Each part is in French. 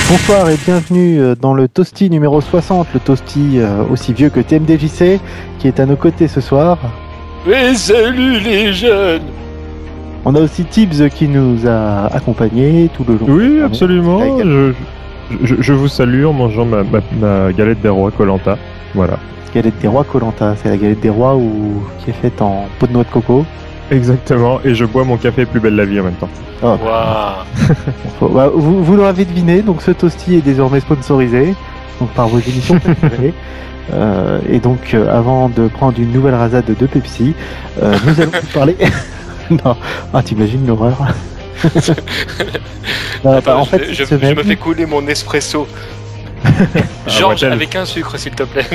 Bonsoir et bienvenue dans le Toasty numéro 60, le Toasty aussi vieux que TMDJC, qui est à nos côtés ce soir. Et salut les jeunes! On a aussi Tibbs qui nous a accompagnés tout le long. Oui, absolument. Je vous salue en mangeant ma galette des rois Koh-Lanta. Voilà. Galette des rois Koh-Lanta, c'est la galette des rois qui est faite en peau de noix de coco. Exactement, et je bois mon café Plus belle la vie en même temps. Oh. Wow. Vous l'avez deviné, donc ce Toasty est désormais sponsorisé donc par vos émissions préférées. Et donc, avant de prendre une nouvelle rasade de Pepsi, nous allons vous parler... Non, t'imagines l'horreur. Attends, en fait, je me fais couler mon espresso. Georges, avec un sucre, s'il te plaît.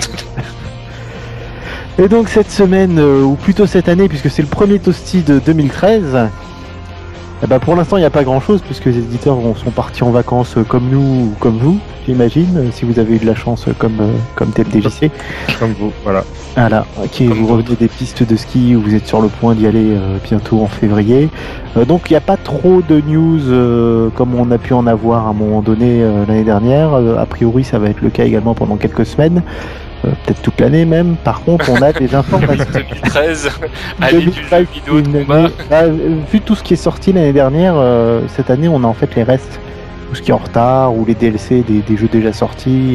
Et donc cette semaine, ou plutôt cette année, puisque c'est le premier Toasty de 2013, pour l'instant il n'y a pas grand chose, puisque les éditeurs sont partis en vacances comme nous ou comme vous, j'imagine, si vous avez eu de la chance comme TMDJC. Comme vous, voilà. Voilà, vous revenez des pistes de ski où vous êtes sur le point d'y aller bientôt en février. Donc il n'y a pas trop de news comme on a pu en avoir à un moment donné l'année dernière. A priori ça va être le cas également pendant quelques semaines. Peut-être toute l'année même. Par contre, on a des informations. 2013, allez du jeu vidéo de combat. Vu tout ce qui est sorti l'année dernière, cette année, on a en fait les restes. Tout ce qui est en retard, ou les DLC des jeux déjà sortis.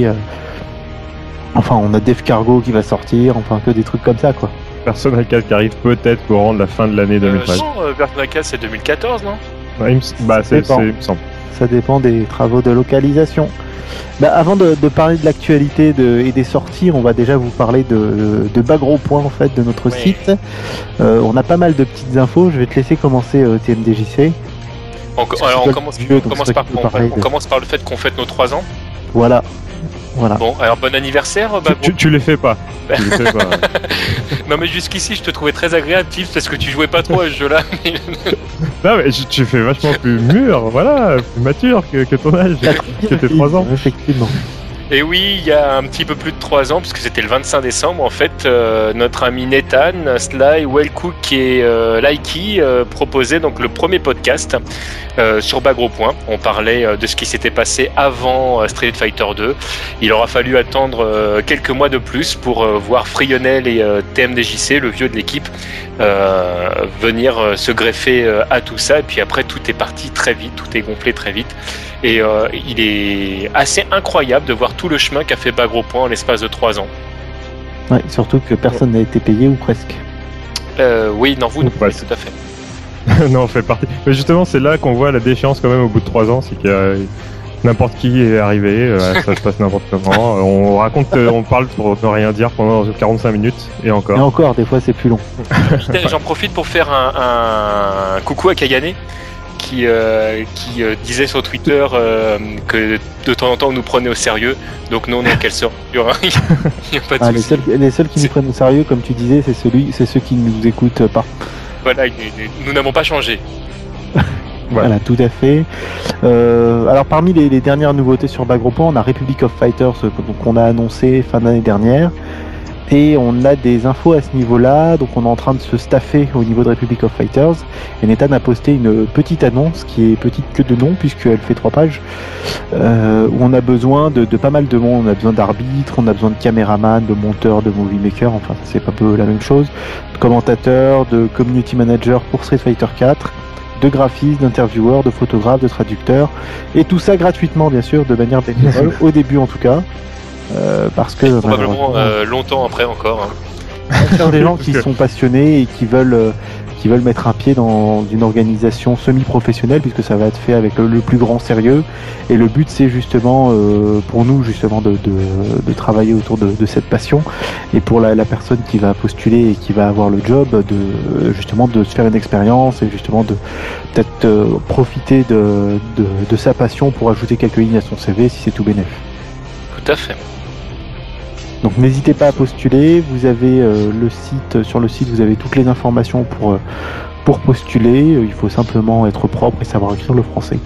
Enfin, on a Def Cargo qui va sortir, enfin que des trucs comme ça, quoi. Persona 4 qui arrive peut-être courant de la fin de l'année 2013. Persona 4 c'est 2014, non? Il me semble. Ça dépend des travaux de localisation. Avant de parler de l'actualité et des sorties, on va déjà vous parler de bas gros points en fait de notre site. On a pas mal de petites infos. Je vais te laisser commencer TMDJC. On commence par le fait qu'on fête nos 3 ans. Voilà. Bon, alors bon anniversaire. Tu les fais pas. Non mais jusqu'ici je te trouvais très agréable, Tiff, parce que tu jouais pas trop à ce jeu-là. Non mais tu fais vachement plus mûr, voilà, plus mature que ton âge, que tes 3 ans. Effectivement. Et oui, il y a un petit peu plus de 3 ans, puisque c'était le 25 décembre, en fait, notre ami Nathan, Sly, Wellcook et Likey proposaient donc le premier podcast sur Bas Gros Point. On parlait de ce qui s'était passé avant Street Fighter 2. Il aura fallu attendre quelques mois de plus pour voir Frionel et TMDJC, le vieux de l'équipe, venir se greffer à tout ça. Et puis après, tout est parti très vite, tout est gonflé très vite. Et il est assez incroyable de voir tout le chemin qu'a fait Bas Gros Point en l'espace de 3 ans. Ouais, surtout que personne n'a été payé ou presque. Oui, non, vous non, tout à fait. Non, on fait partie. Mais justement, c'est là qu'on voit la déchéance quand même au bout de 3 ans, c'est que n'importe qui est arrivé, ça se passe n'importe comment. On parle pour ne rien dire pendant 45 minutes et encore. Et encore, des fois c'est plus long. J'en profite pour faire un coucou à Kagane. Qui disait sur Twitter que de temps en temps on nous prenait au sérieux, donc non, quelle sorte, il n'y a pas de souci. Les seuls qui nous prennent au sérieux, comme tu disais, c'est ceux qui nous écoutent pas. Voilà, nous n'avons pas changé. Voilà, tout à fait. Alors parmi les dernières nouveautés sur Bas Gros Point, on a Republic of Fighters qu'on a annoncé fin d'année dernière. Et on a des infos à ce niveau-là, donc on est en train de se staffer au niveau de Republic of Fighters. Et Nathan a posté une petite annonce qui est petite que de nom, puisqu'elle fait 3 pages, où on a besoin de pas mal de monde. On a besoin d'arbitres, on a besoin de caméraman, de monteurs, de movie maker, enfin c'est pas peu la même chose, de commentateurs, de community manager pour Street Fighter 4, de graphistes, d'intervieweurs, de photographes, de traducteurs, et tout ça gratuitement bien sûr, de manière bénévole, au début en tout cas. Parce que probablement longtemps après encore. Des gens qui sont passionnés et qui veulent mettre un pied dans une organisation semi-professionnelle, puisque ça va être fait avec le plus grand sérieux. Et le but c'est justement pour nous justement de travailler autour de cette passion, et pour la personne qui va postuler et qui va avoir le job de se faire une expérience et justement de peut-être profiter de sa passion pour ajouter quelques lignes à son CV si c'est tout bénef. Tout à fait. Donc n'hésitez pas à postuler, vous avez sur le site vous avez toutes les informations pour postuler, il faut simplement être propre et savoir écrire le français.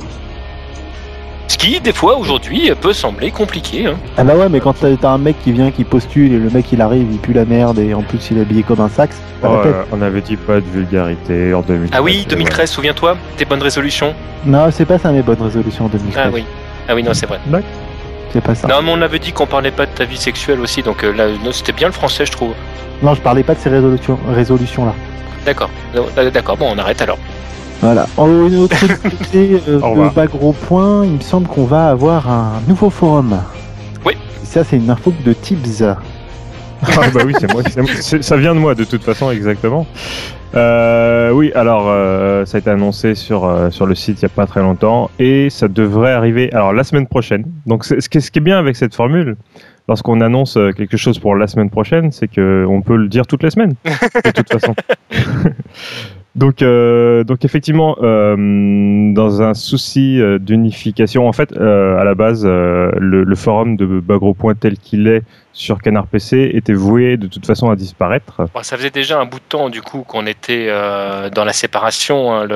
Ce qui, des fois, aujourd'hui, peut sembler compliqué. Hein. Ah bah ouais, mais quand t'as un mec qui vient, qui postule, et le mec il arrive, il pue la merde, et en plus il est habillé comme un sax, c'est pas la peine. On avait dit pas de vulgarité en 2013. Ah oui, 2013, souviens-toi, tes bonnes résolutions. Non, c'est pas ça mes bonnes résolutions en 2013. Ah oui. Ah oui, non, c'est vrai. C'est pas ça. Non, mais on avait dit qu'on parlait pas de ta vie sexuelle aussi, donc là, non, c'était bien le français, je trouve. Non, je parlais pas de ces résolutions-là. D'accord, d'accord, bon, on arrête alors. Voilà. Une autre côté de bas gros point, il me semble qu'on va avoir un nouveau forum. Oui. Ça, c'est une info de Tibbs. Ah bah oui, c'est moi. Ça vient de moi de toute façon, exactement. Oui, alors ça a été annoncé sur le site il n'y a pas très longtemps et ça devrait arriver alors la semaine prochaine. Donc ce qui est bien avec cette formule, lorsqu'on annonce quelque chose pour la semaine prochaine, c'est qu'on peut le dire toutes les semaines, de toute façon. Donc effectivement, dans un souci d'unification, en fait, à la base, le forum de Bas Gros Point tel qu'il est sur Canard PC était voué de toute façon à disparaître. Bon, ça faisait déjà un bout de temps du coup qu'on était dans la séparation. Hein,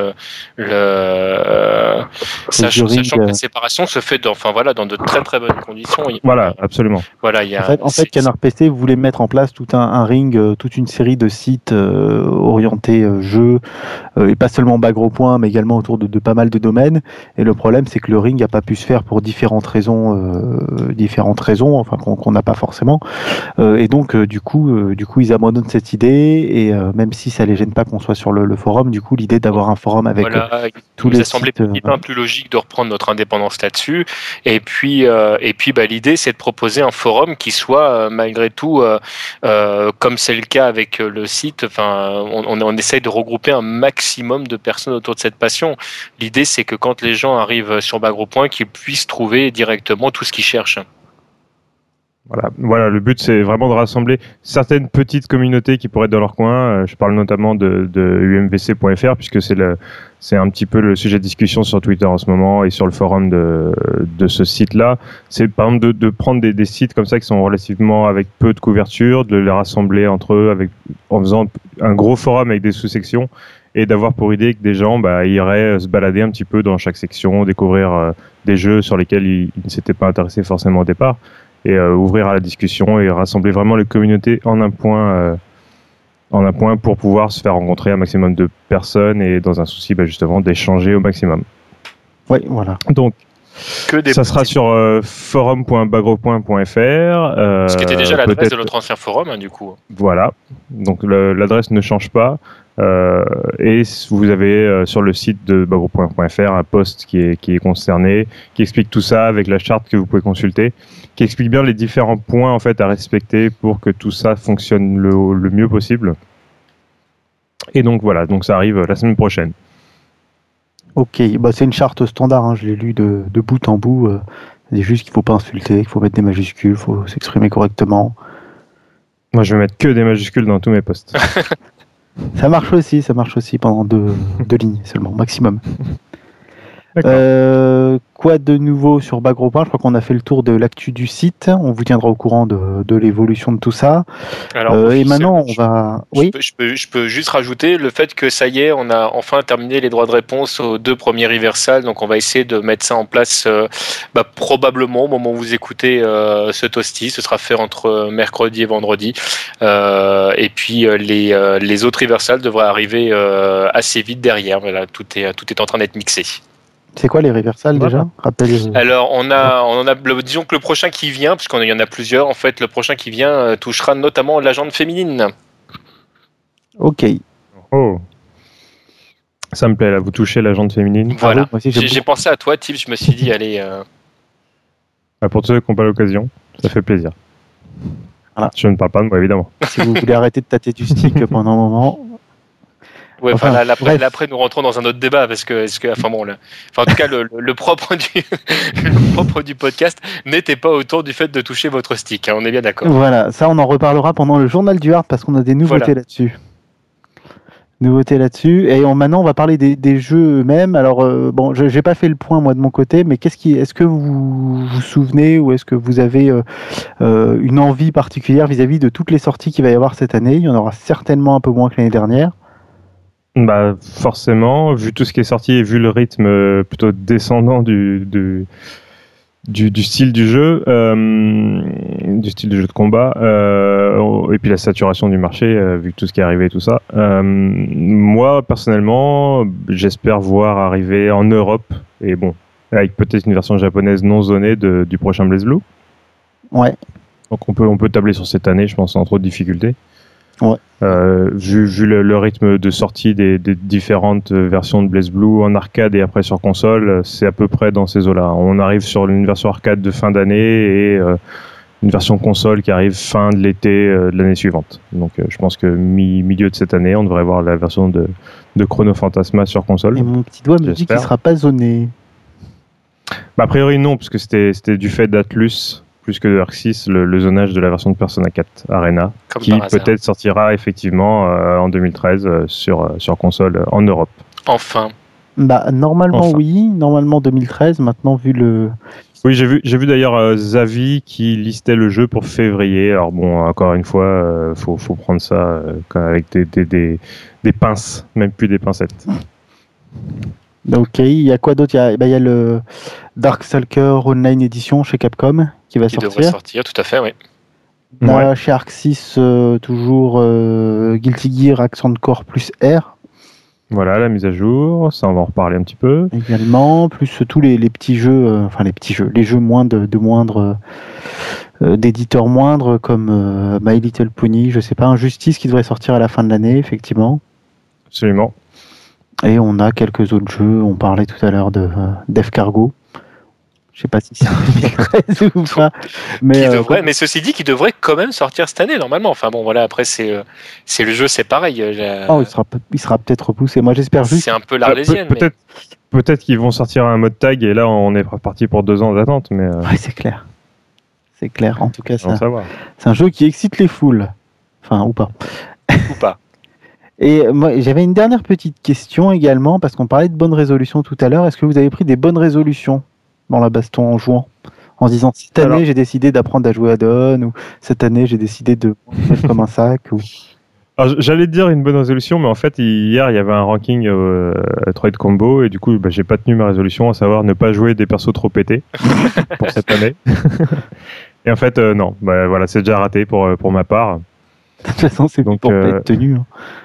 sachant que la séparation se fait dans de très très bonnes conditions. Voilà, absolument. Voilà, en fait, Canard PC voulait mettre en place tout un ring, toute une série de sites orientés jeux, et pas seulement Bas Gros Point, mais également autour de pas mal de domaines. Et le problème, c'est que le ring n'a pas pu se faire pour différentes raisons, enfin qu'on n'a pas forcément. Et donc, du coup, ils abandonnent cette idée. Et même si ça les gêne pas qu'on soit sur le forum, du coup, l'idée d'avoir un forum avec tous les sites. Ça semblait plus logique de reprendre notre indépendance là-dessus. Et puis, l'idée, c'est de proposer un forum qui soit malgré tout, comme c'est le cas avec le site. Enfin, on essaye de regrouper un maximum de personnes autour de cette passion. L'idée, c'est que quand les gens arrivent sur Bas Gros Point, qu'ils puissent trouver directement tout ce qu'ils cherchent. Voilà, le but c'est vraiment de rassembler certaines petites communautés qui pourraient être dans leur coin. Je parle notamment de umvc.fr puisque c'est un petit peu le sujet de discussion sur Twitter en ce moment et sur le forum de ce site-là. C'est par exemple de prendre des sites comme ça qui sont relativement avec peu de couverture, de les rassembler entre eux en faisant un gros forum avec des sous-sections et d'avoir pour idée que des gens iraient se balader un petit peu dans chaque section, découvrir des jeux sur lesquels ils ne s'étaient pas intéressés forcément au départ. Et ouvrir à la discussion et rassembler vraiment les communautés en un point pour pouvoir se faire rencontrer un maximum de personnes et dans un souci justement d'échanger au maximum. Oui, voilà. Donc, ça sera sur forum.baggropoint.fr. Ce qui était déjà l'adresse de notre transfert forum, hein, du coup. Voilà. Donc l'adresse ne change pas. Et vous avez sur le site de baggropoint.fr un post qui est concerné, qui explique tout ça avec la charte que vous pouvez consulter, qui explique bien les différents points en fait à respecter pour que tout ça fonctionne le mieux possible. Et donc voilà, donc ça arrive la semaine prochaine. Ok, c'est une charte standard, hein, je l'ai lu de bout en bout. C'est juste qu'il ne faut pas insulter, qu'il faut mettre des majuscules, il faut s'exprimer correctement. Moi je vais mettre que des majuscules dans tous mes posts. Ça marche aussi pendant deux lignes seulement, maximum. Quoi de nouveau sur Bas Gros Point? Je crois qu'on a fait le tour de l'actu du site. On vous tiendra au courant de l'évolution de tout ça. Alors, et maintenant, on va... Oui. Je peux juste rajouter le fait que ça y est, on a enfin terminé les droits de réponse aux 2 premiers Reversal. Donc, on va essayer de mettre ça en place probablement au moment où vous écoutez ce toasty. Ce sera fait entre mercredi et vendredi. Et puis, les autres Reversal devraient arriver assez vite derrière. Voilà, tout est en train d'être mixé. C'est quoi les Reversal déjà? Alors on a disons que le prochain qui vient, parce qu'il y en a plusieurs, en fait le prochain qui vient touchera notamment la jante féminine. Ok. Oh. Ça me plaît là, vous touchez la jante féminine. Voilà. J'ai pensé à toi, Tibbs, je me suis dit allez. Pour tous ceux qui n'ont pas l'occasion, ça fait plaisir. Voilà. Je ne parle pas de moi évidemment. Si vous voulez arrêter de tâter du stick pendant un moment. Ouais, après nous rentrons dans un autre débat parce que en tout cas le propre du podcast n'était pas autour du fait de toucher votre stick, hein, on est bien d'accord. Voilà, ça on en reparlera pendant le journal du hard parce qu'on a des nouveautés là-dessus. Et maintenant on va parler des jeux eux-mêmes. Alors j'ai pas fait le point moi de mon côté, mais est-ce que vous vous souvenez ou est-ce que vous avez une envie particulière vis-à-vis de toutes les sorties qu'il va y avoir cette année? Il y en aura certainement un peu moins que l'année dernière. Forcément, vu tout ce qui est sorti et vu le rythme plutôt descendant du style du jeu, du style du jeu de combat, et puis la saturation du marché, vu tout ce qui est arrivé et tout ça. Moi, personnellement, j'espère voir arriver en Europe, et bon, avec peut-être une version japonaise non zonée du prochain BlazBlue. Ouais. Donc on peut tabler sur cette année, je pense, sans trop de difficultés. Ouais. Vu le rythme de sortie des différentes versions de BlazBlue en arcade et après sur console, c'est à peu près dans ces eaux-là. On arrive sur une version arcade de fin d'année et une version console qui arrive fin de l'été de l'année suivante. Donc je pense que milieu de cette année, on devrait voir la version de Chrono Phantasma sur console. Et mon petit doigt me dit qu'il ne sera pas zoné. A priori non, parce que c'était du fait d'Atlus plus que de Arc 6, le zonage de la version de Persona 4 Arena, qui peut-être sortira effectivement en 2013 sur console en Europe. Enfin. Normalement oui, normalement 2013, maintenant vu le... Oui, j'ai vu d'ailleurs Xavi qui listait le jeu pour février. Alors bon, encore une fois, faut prendre ça avec des pinces, même plus des pincettes. Ok, il y a quoi d'autre? Il y a le Darkstalker Online Edition chez Capcom qui devrait sortir, tout à fait, oui. Là, chez Arc 6, toujours Guilty Gear Accent Core plus R. Voilà, la mise à jour, ça on va en reparler un petit peu. Également, plus tous les petits jeux, les jeux d'éditeurs moindres comme My Little Pony, je sais pas, Injustice qui devrait sortir à la fin de l'année, effectivement. Absolument. Et on a quelques autres jeux, on parlait tout à l'heure de Def Cargo. Je sais pas si c'est 2013 ou pas. Mais ceci dit, qui devrait quand même sortir cette année, normalement. Enfin bon, voilà, après, c'est le jeu, c'est pareil. Il sera peut-être repoussé. Moi, j'espère juste. C'est un peu l'Arlésienne. Peut-être qu'ils vont sortir un mode tag et là, on est parti pour 2 ans d'attente. Mais ouais, c'est clair. C'est clair. En tout cas, c'est un jeu qui excite les foules. Enfin, ou pas. Ou pas. Et moi, j'avais une dernière petite question également, parce qu'on parlait de bonnes résolutions tout à l'heure. Est-ce que vous avez pris des bonnes résolutions dans la baston en jouant, en se disant cette année j'ai décidé d'apprendre à jouer à Dawn, ou cette année j'ai décidé de faire comme un sac ou... Alors, j'allais te dire une bonne résolution, mais en fait hier il y avait un ranking Troid Combo et du coup j'ai pas tenu ma résolution, à savoir ne pas jouer des persos trop pétés pour cette année. Et en fait non, voilà, c'est déjà raté pour ma part. De toute façon c'est pour pas être tenu.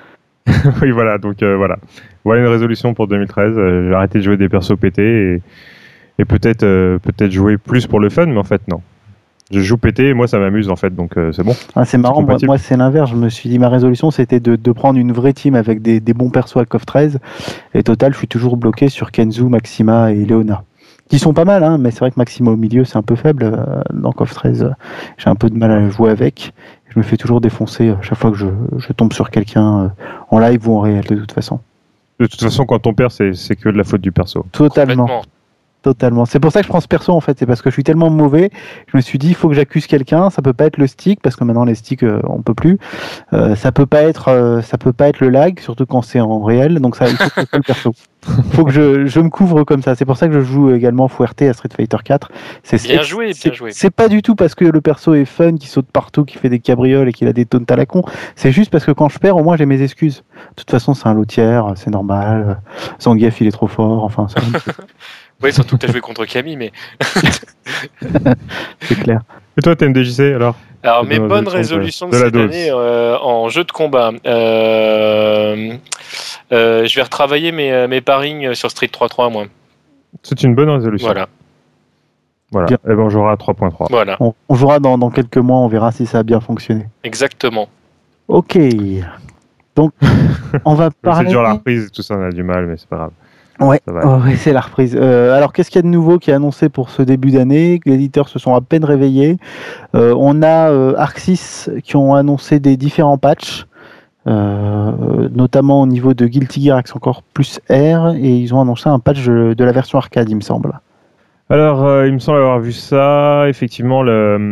Oui voilà, donc voilà une résolution pour 2013. J'ai arrêté de jouer des persos pétés et peut-être jouer plus pour le fun, mais en fait non. Je joue pété et moi ça m'amuse en fait, donc c'est bon. C'est marrant, moi c'est l'inverse. Je me suis dit ma résolution c'était de prendre une vraie team avec des bons persos à KOF 13, et total je suis toujours bloqué sur Kenzu, Maxima et Leona. Qui sont pas mal, hein, mais c'est vrai que Maxima au milieu c'est un peu faible dans KOF 13. J'ai un peu de mal à jouer avec. Je me fais toujours défoncer chaque fois que je tombe sur quelqu'un en live ou en réel de toute façon. De toute façon quand on perd c'est que de la faute du perso. Totalement. C'est pour ça que je prends ce perso en fait, c'est parce que je suis tellement mauvais, je me suis dit il faut que j'accuse quelqu'un, ça peut pas être le stick parce que maintenant les sticks on peut plus. Ça peut pas être le lag, surtout quand c'est en réel, donc ça il faut que je le perso. Faut que je me couvre comme ça. C'est pour ça que je joue également Fuerte à Street Fighter 4. Bien joué. C'est pas du tout parce que le perso est fun, qui saute partout, qui fait des cabrioles et qu'il a des taunts à la con. C'est juste parce que quand je perds, au moins j'ai mes excuses. De toute façon, c'est un lotière, c'est normal. Zangief il est trop fort, enfin ça. Oui, surtout que tu as joué contre Camille, mais... C'est clair. Et toi, TMDJC, alors mes bonnes résolutions de cette année en jeu de combat. Je vais retravailler mes parings sur Street 3.3, moi. C'est une bonne résolution. Voilà. Et ben on jouera à 3.3. Voilà. On jouera dans quelques mois, on verra si ça a bien fonctionné. Exactement. Ok. Donc, on va parler... C'est dur la reprise, tout ça, on a du mal, mais c'est pas grave. Ouais, c'est la reprise. Alors, qu'est-ce qu'il y a de nouveau qui est annoncé pour ce début d'année? Les éditeurs se sont à peine réveillés. On a Arc 6 qui ont annoncé des différents patchs, notamment au niveau de Guilty Gear Accent Core plus R, et ils ont annoncé un patch de la version arcade, il me semble. Alors, il me semble avoir vu ça. Effectivement,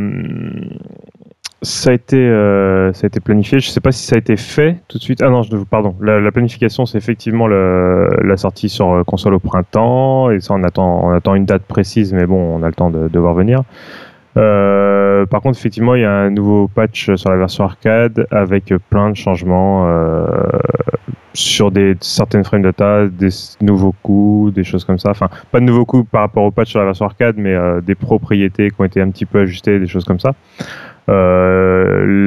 ça a été planifié. Je ne sais pas si ça a été fait tout de suite. Ah non, pardon. La planification, c'est effectivement la sortie sur console au printemps. Et ça, on attend une date précise, mais bon, on a le temps de voir venir. Par contre, effectivement, il y a un nouveau patch sur la version arcade avec plein de changements sur certaines frame data, des nouveaux coups, des choses comme ça. Enfin, pas de nouveaux coups par rapport au patch sur la version arcade, mais des propriétés qui ont été un petit peu ajustées, des choses comme ça.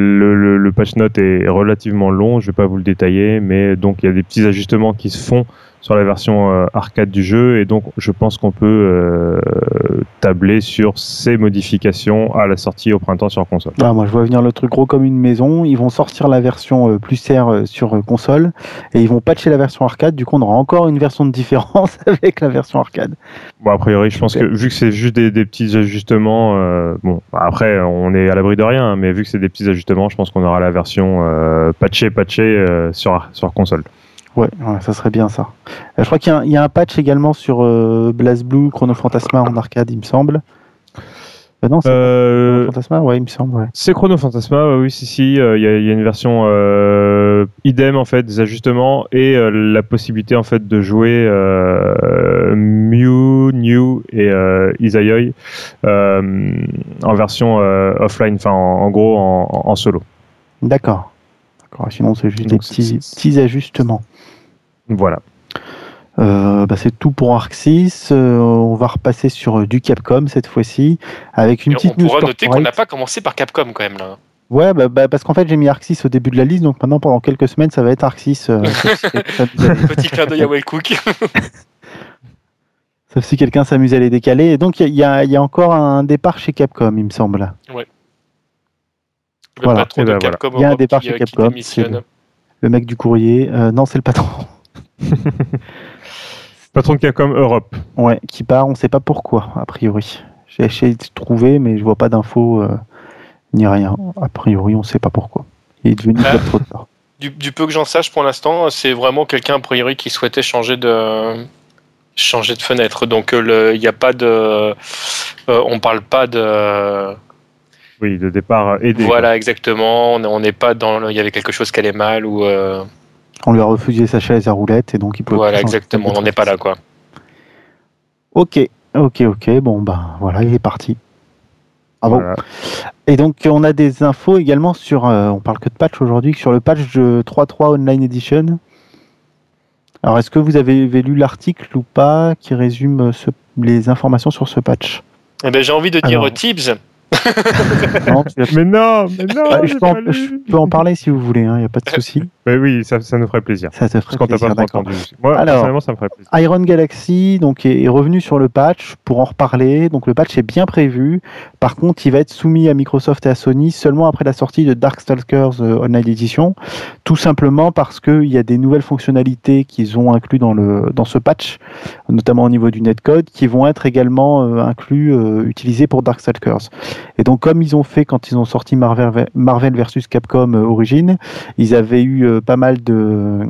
Le patch note est relativement long, je vais pas vous le détailler, mais donc il y a des petits ajustements qui se font sur la version arcade du jeu, et donc je pense qu'on peut tabler sur ces modifications à la sortie au printemps sur console. Ah, moi je vois venir le truc gros comme une maison. Ils vont sortir la version plus R sur console et ils vont patcher la version arcade. Du coup, on aura encore une version de différence avec la version arcade. Bon, a priori, je pense que vu que c'est juste des petits ajustements, bon, après on est à l'abri de rien, mais vu que c'est des petits ajustements, je pense qu'on aura la version patchée sur console. Ouais, ça serait bien ça. Je crois qu'il y a un patch également sur BlazBlue, Chrono Phantasma en arcade, il me semble. Non, c'est Chrono Phantasma, ouais, il me semble. Ouais. C'est Chrono Phantasma, oui, si. Il y a une version idem en fait, des ajustements et la possibilité en fait de jouer Mew, New et Izayoi en version offline, enfin en gros en solo. D'accord. Sinon, c'est juste des petits ajustements. Voilà. C'est tout pour Arc 6. On va repasser sur du Capcom cette fois-ci avec une petite news. On pourra noter qu'on n'a pas commencé par Capcom quand même là. Ouais, parce qu'en fait j'ai mis Arc 6 au début de la liste, donc maintenant pendant quelques semaines ça va être Arc 6. Petit clin d'œil à Wellcook. Sauf si quelqu'un s'amuse à les décaler. Et donc il y a encore un départ chez Capcom, il me semble. Ouais. Le patron de Capcom, il y a un départ chez Capcom. C'est le mec du courrier. Non, c'est le patron. Patron de Capcom Europe. Ouais, qui part, on ne sait pas pourquoi, a priori. J'ai essayé de trouver, mais je vois pas d'infos ni rien. A priori, on ne sait pas pourquoi. Il est devenu trop tard. Du peu que j'en sache pour l'instant, c'est vraiment quelqu'un a priori qui souhaitait changer de fenêtre. Donc il n'y a pas de, on parle pas de. Oui, de départ aidé. Voilà, quoi. Exactement. On n'est pas dans. Il y avait quelque chose qui allait mal ou. On lui a refusé sa chaise à roulette et donc il peut. Voilà, exactement. On n'en est pas là, quoi. Ok. Bon, voilà, il est parti. Ah bon. Voilà. Et donc on a des infos également sur. On parle que de patch aujourd'hui, sur le patch de 3.3 Online Edition. Alors, est-ce que vous avez lu l'article ou pas qui résume les informations sur ce patch? Eh ben, j'ai envie de dire Tibbs. Non, mais non, je peux en parler si vous voulez, il n'y a pas de souci. Mais oui, ça nous ferait plaisir. Ça te ferait plaisir, t'as pas entendu. Moi, personnellement, ça me ferait plaisir. Iron Galaxy donc, est revenu sur le patch pour en reparler. Donc le patch est bien prévu. Par contre, il va être soumis à Microsoft et à Sony seulement après la sortie de Darkstalkers Online Edition. Tout simplement parce qu'il y a des nouvelles fonctionnalités qu'ils ont inclus dans ce patch, notamment au niveau du netcode, qui vont être également utilisées pour Darkstalkers. Et donc, comme ils ont fait quand ils ont sorti Marvel vs Capcom Origins, ils avaient eu pas mal de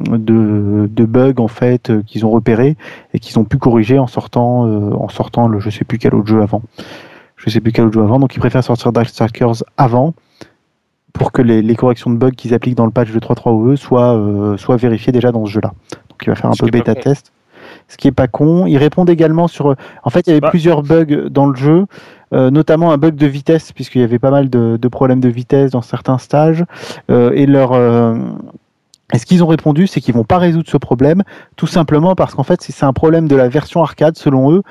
bugs en fait qu'ils ont repérés et qu'ils ont pu corriger en sortant le je sais plus quel autre jeu avant. Donc ils préfèrent sortir Darkstalkers avant pour que les corrections de bugs qu'ils appliquent dans le patch de 3.3 OE soient vérifiées déjà dans ce jeu-là. Donc il va faire un peu bêta test. Ce qui est pas con. Ils répondent également sur. En fait, il y avait plusieurs bugs dans le jeu, notamment un bug de vitesse, puisqu'il y avait pas mal de problèmes de vitesse dans certains stages. Et ce qu'ils ont répondu, c'est qu'ils vont pas résoudre ce problème, tout simplement parce qu'en fait, c'est un problème de la version arcade, selon eux,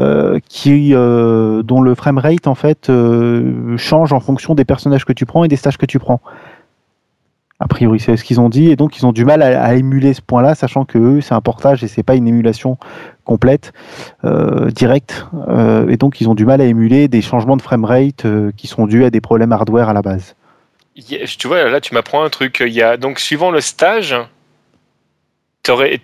dont le framerate en fait change en fonction des personnages que tu prends et des stages que tu prends. A priori, c'est ce qu'ils ont dit, et donc ils ont du mal à émuler ce point-là, sachant que eux, c'est un portage et c'est pas une émulation complète, directe, et donc ils ont du mal à émuler des changements de framerate qui sont dus à des problèmes hardware à la base. Tu vois, là, tu m'apprends un truc. Il y a donc suivant le stage, t'aurais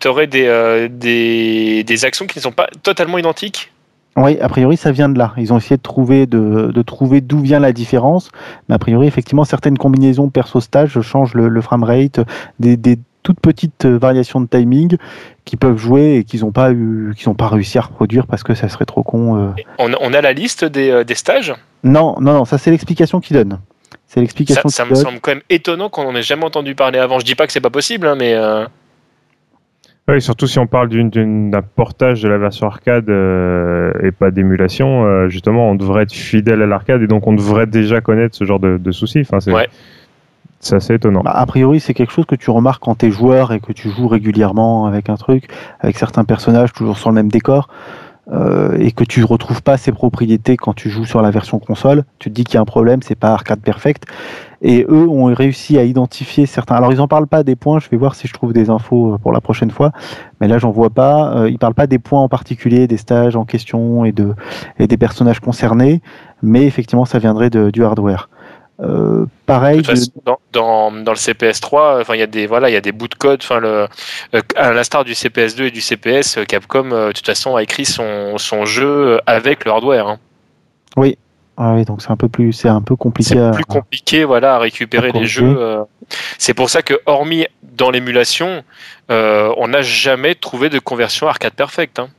des actions qui ne sont pas totalement identiques. Oui, a priori, ça vient de là. Ils ont essayé de trouver d'où vient la différence. Mais a priori, effectivement, certaines combinaisons perso-stage changent le framerate, des toutes petites variations de timing qui peuvent jouer et qu'ils n'ont pas réussi à reproduire parce que ça serait trop con. On a la liste des stages ? Non, ça c'est l'explication qu'ils donnent. C'est l'explication. Ça me semble quand même étonnant qu'on n'en ait jamais entendu parler avant. Je dis pas que c'est pas possible, mais. Oui, surtout si on parle d'un portage de la version arcade et pas d'émulation, justement, on devrait être fidèle à l'arcade et donc on devrait déjà connaître ce genre de soucis. Enfin, c'est assez étonnant. A priori, c'est quelque chose que tu remarques quand tu es joueur et que tu joues régulièrement avec un truc, avec certains personnages toujours sur le même décor. et que tu retrouves pas ces propriétés quand tu joues sur la version console, tu te dis qu'il y a un problème, c'est pas Arcade Perfect. Et eux ont réussi à identifier certains. Alors ils en parlent pas des points, je vais voir si je trouve des infos pour la prochaine fois, mais là j'en vois pas. Ils parlent pas des points en particulier, des stages en question et des personnages concernés, mais effectivement ça viendrait du hardware. Pareil. De toute façon, dans le CPS3, il y a des bouts de code. À l'instar du CPS2 et du CPS, Capcom, de toute façon, a écrit son jeu avec le hardware. Hein. Oui. Ah oui, donc c'est un peu compliqué. C'est plus compliqué, à récupérer les jeux. C'est pour ça que, hormis dans l'émulation, on n'a jamais trouvé de conversion Arcade Perfect. Hein.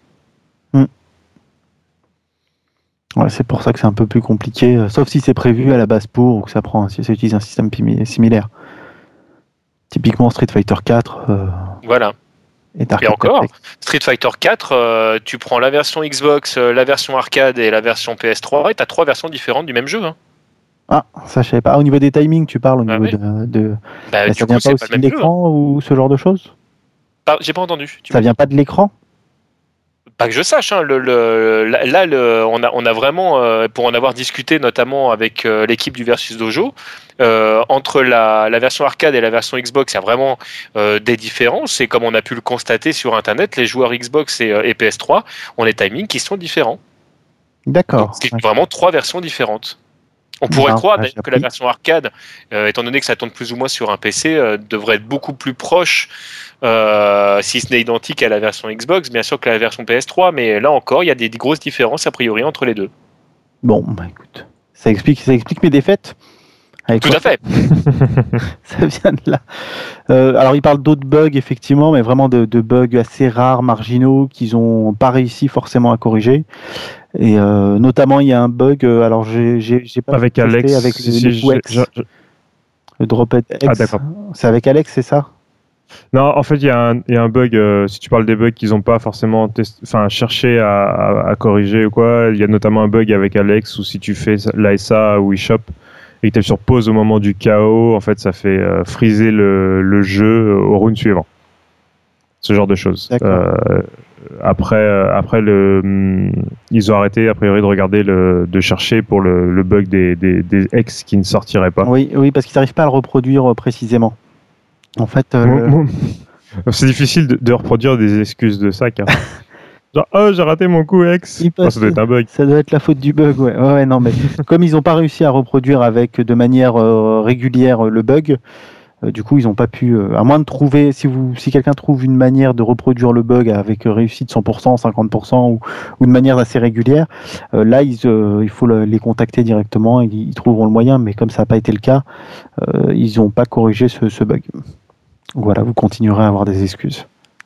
Ouais, c'est pour ça que c'est un peu plus compliqué, sauf si c'est prévu à la base ou que ça utilise un système similaire. Typiquement Street Fighter 4. Voilà. Et encore, Perfect. Street Fighter 4, tu prends la version Xbox, la version arcade et la version PS3, et tu as 3 versions différentes du même jeu. Hein. Ah, ça je savais pas. Au niveau des timings, tu parles au niveau de... ça vient pas aussi de l'écran ou ce genre de choses ? J'ai pas entendu. Ça vient pas de l'écran ? Pas que je sache. Hein, on a vraiment, pour en avoir discuté notamment avec l'équipe du Versus Dojo, entre la version arcade et la version Xbox, il y a vraiment des différences. Et comme on a pu le constater sur Internet, les joueurs Xbox et PS3 ont des timings qui sont différents. D'accord. C'est vraiment 3 versions différentes. On pourrait croire que la version arcade, étant donné que ça tourne plus ou moins sur un PC, devrait être beaucoup plus proche, si ce n'est identique à la version Xbox, bien sûr que la version PS3, mais là encore, il y a des grosses différences a priori entre les deux. Bon, écoute, ça explique mes défaites. Tout à fait. Ça vient de là. Alors, ils parlent d'autres bugs, effectivement, mais vraiment de bugs assez rares, marginaux, qu'ils n'ont pas réussi forcément à corriger. Et notamment, il y a un bug. Alors, j'ai pas avec Alex, avec le Drophead X. Ah, d'accord. C'est avec Alex, c'est ça ? Non, en fait, il y a un bug. Si tu parles des bugs qu'ils n'ont pas forcément cherché à corriger ou quoi, il y a notamment un bug avec Alex où si tu fais l'ASA ou eShop et que tu es sur pause au moment du KO, en fait, ça fait freezer le jeu au round suivant. Ce genre de choses. Après, ils ont arrêté a priori de regarder de chercher pour le bug des ex qui ne sortiraient pas. Oui, parce qu'ils n'arrivent pas à le reproduire précisément. En fait, c'est difficile de reproduire des excuses de ça, car genre, j'ai raté mon coup ex. Ça doit être un bug. Ça doit être la faute du bug, ouais. Ouais, non, mais comme ils n'ont pas réussi à reproduire de manière régulière le bug. Du coup, ils n'ont pas pu, à moins de trouver, si quelqu'un trouve une manière de reproduire le bug avec réussite 100%, 50% ou de manière assez régulière, là, il faut les contacter directement et ils trouveront le moyen, mais comme ça n'a pas été le cas, ils n'ont pas corrigé ce bug. Voilà, vous continuerez à avoir des excuses.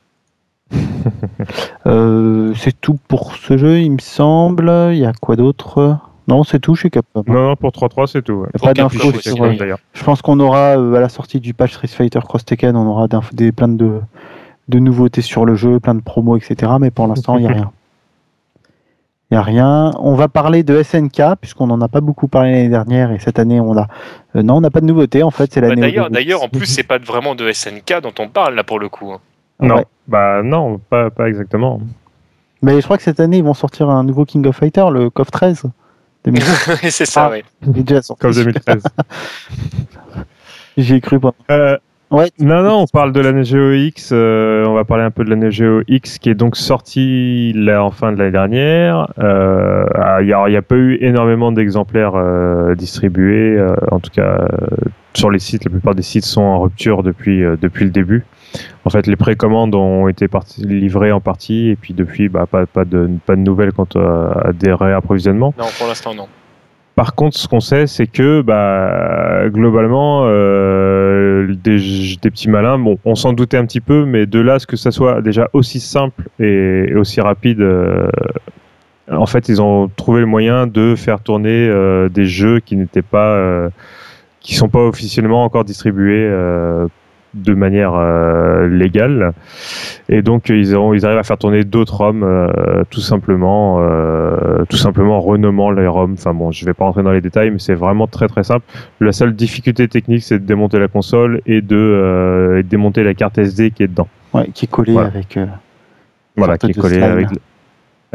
C'est tout pour ce jeu, il me semble. Il y a quoi d'autre ? Non, c'est tout chez Capcom. Non, pour 3.3, c'est tout. Ouais. Pas d'infos sur. Je pense qu'on aura, à la sortie du patch Street Fighter Cross Tekken, on aura plein de nouveautés sur le jeu, plein de promos, etc. Mais pour l'instant, il n'y a rien. Il n'y a rien. On va parler de SNK, puisqu'on n'en a pas beaucoup parlé l'année dernière, et cette année, on n'a pas de nouveauté, en fait. C'est l'année d'ailleurs, en plus, c'est pas vraiment de SNK dont on parle, là, pour le coup. Non, non, pas exactement. Mais je crois que cette année, ils vont sortir un nouveau King of Fighter, le KOF 13. C'est ça, oui. Comme 2013. J'y ai cru pas. Non, on parle de la Neo Geo X. On va parler un peu de la Neo Geo X qui est donc sortie là, en fin de l'année dernière. Il n'y a pas eu énormément d'exemplaires distribués. En tout cas, sur les sites, la plupart des sites sont en rupture depuis le début. En fait, les précommandes ont été livrées en partie, et puis depuis, pas de nouvelles quant à des réapprovisionnements. Non, pour l'instant, non. Par contre, ce qu'on sait, c'est que globalement, des petits malins, bon, on s'en doutait un petit peu, mais de là à ce que ça soit déjà aussi simple et aussi rapide, en fait, ils ont trouvé le moyen de faire tourner des jeux qui sont pas officiellement encore distribués de manière légale, et donc ils arrivent à faire tourner d'autres ROM tout simplement renommant les ROM. Enfin bon, je vais pas rentrer dans les détails, mais c'est vraiment très très simple. La seule difficulté technique, c'est de démonter la console et de démonter la carte SD qui est dedans. Ouais, qui est collée avec. Voilà, qui est collée avec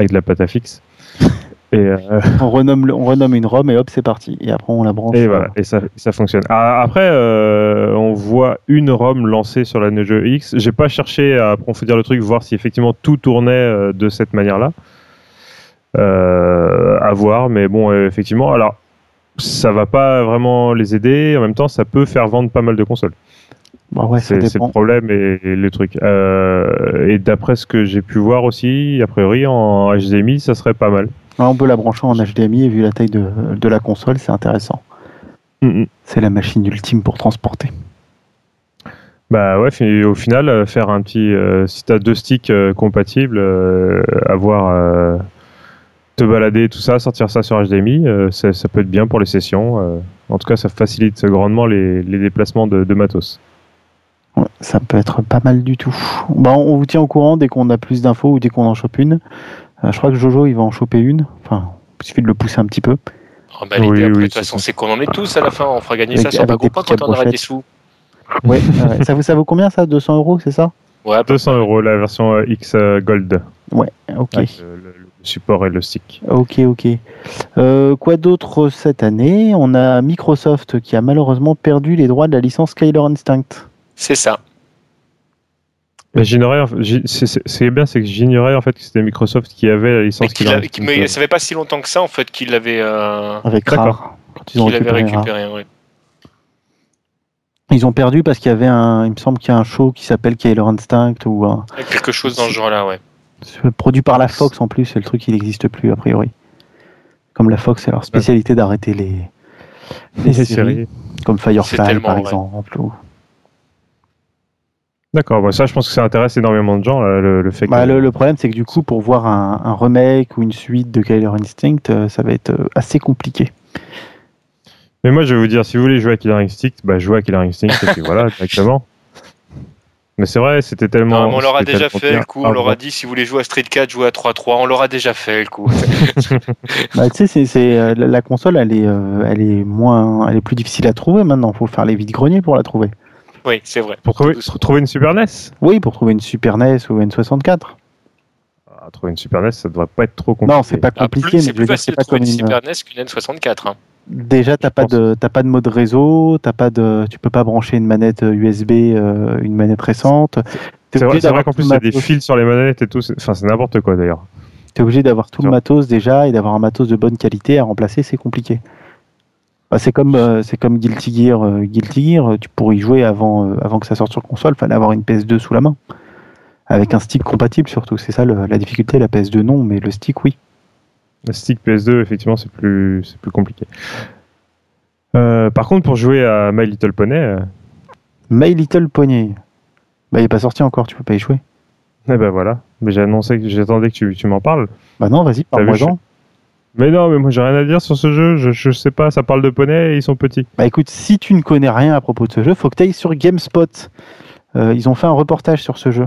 avec de la pâte à fixe. Et on renomme une ROM et hop, c'est parti. Et après, on la branche. Et voilà, et ça fonctionne. Après, on voit une ROM lancée sur la Neo Geo X. J'ai pas cherché à approfondir le truc, voir si effectivement tout tournait de cette manière-là. À voir, mais bon, effectivement, alors ça va pas vraiment les aider. En même temps, ça peut faire vendre pas mal de consoles. Bah ouais, c'est le problème et le truc. Et d'après ce que j'ai pu voir aussi, a priori en HDMI, ça serait pas mal. On peut la brancher en HDMI et vu la taille de la console, c'est intéressant. C'est la machine ultime pour transporter. Bah ouais, au final, faire un petit... si t'as 2 sticks compatibles, avoir... te balader, tout ça, sortir ça sur HDMI, ça peut être bien pour les sessions. En tout cas, ça facilite grandement les déplacements de matos. Ouais, ça peut être pas mal du tout. Bah, on vous tient au courant dès qu'on a plus d'infos ou dès qu'on en chope une. Je crois que Jojo, il va en choper une. Enfin, il suffit de le pousser un petit peu. Oh bah, l'idée, de toute façon, c'est qu'on en est tous à la fin. On fera gagner ça sur Bagroupon quand on aura des sous. Ouais, ça vaut combien ça? 200 €, c'est ça? Ouais, 200 € la version X Gold. Ouais, ok. Le support et le stick. Ok. Quoi d'autre cette année? On a Microsoft qui a malheureusement perdu les droits de la licence Skyler Instinct. C'est ça. Mais j'ignorais, c'est bien, c'est que j'ignorais en fait que c'était Microsoft qui avait la licence. Mais ça fait pas si longtemps que ça en fait qu'il l'avait. Avec Rare. Quand ils ont récupéré. Ouais. Ils ont perdu parce qu'il y avait il me semble qu'il y a un show qui s'appelle Skyler Instinct ou quelque chose dans ce genre-là, ouais. C'est produit par la Fox en plus, c'est le truc qui n'existe plus a priori. Comme la Fox, c'est leur spécialité d'arrêter les séries, comme Firefly par exemple. Ou... D'accord, bah ça je pense que ça intéresse énormément de gens, le fait que... le problème c'est que du coup pour voir un remake ou une suite de Killer Instinct, ça va être assez compliqué. Mais moi je vais vous dire, si vous voulez jouer à Killer Instinct, bah jouez à Killer Instinct et puis voilà, directement. Mais c'est vrai, c'était tellement... Non, on l'aura déjà fait le coup, on leur a dit si vous voulez jouer à Street 4, jouez à 3-3, on l'aura déjà fait le coup. Tu sais, la console elle est plus difficile à trouver maintenant, il faut faire les vides-greniers pour la trouver. Oui, c'est vrai. Pour trouver une Super NES? Oui, pour trouver une Super NES ou N64. Trouver une Super NES, ça devrait pas être trop compliqué. Non, c'est pas compliqué, mais c'est plus facile de trouver une Super NES qu'une N64. Hein. Déjà, t'as pas de mode réseau, tu peux pas brancher une manette USB, une manette récente. C'est vrai qu'en plus, il y a des fils sur les manettes et tout. C'est n'importe quoi d'ailleurs. T'es obligé d'avoir tout le matos déjà et d'avoir un matos de bonne qualité à remplacer, c'est compliqué. C'est comme Guilty Gear. Guilty Gear, tu pourrais y jouer avant que ça sorte sur console. Fallait avoir une PS2 sous la main. Avec un stick compatible surtout. C'est ça la difficulté. La PS2 non, mais le stick oui. Le stick PS2, effectivement, c'est plus compliqué. Par contre, pour jouer à My Little Pony... My Little Pony... Bah, il n'est pas sorti encore, tu peux pas y jouer. Eh ben voilà. Mais j'attendais que tu m'en parles. Bah non, vas-y, parle-moi-en. Mais non, mais moi j'ai rien à dire sur ce jeu, je sais pas, ça parle de poneys et ils sont petits. Bah écoute, si tu ne connais rien à propos de ce jeu, faut que tu ailles sur GameSpot. Ils ont fait un reportage sur ce jeu.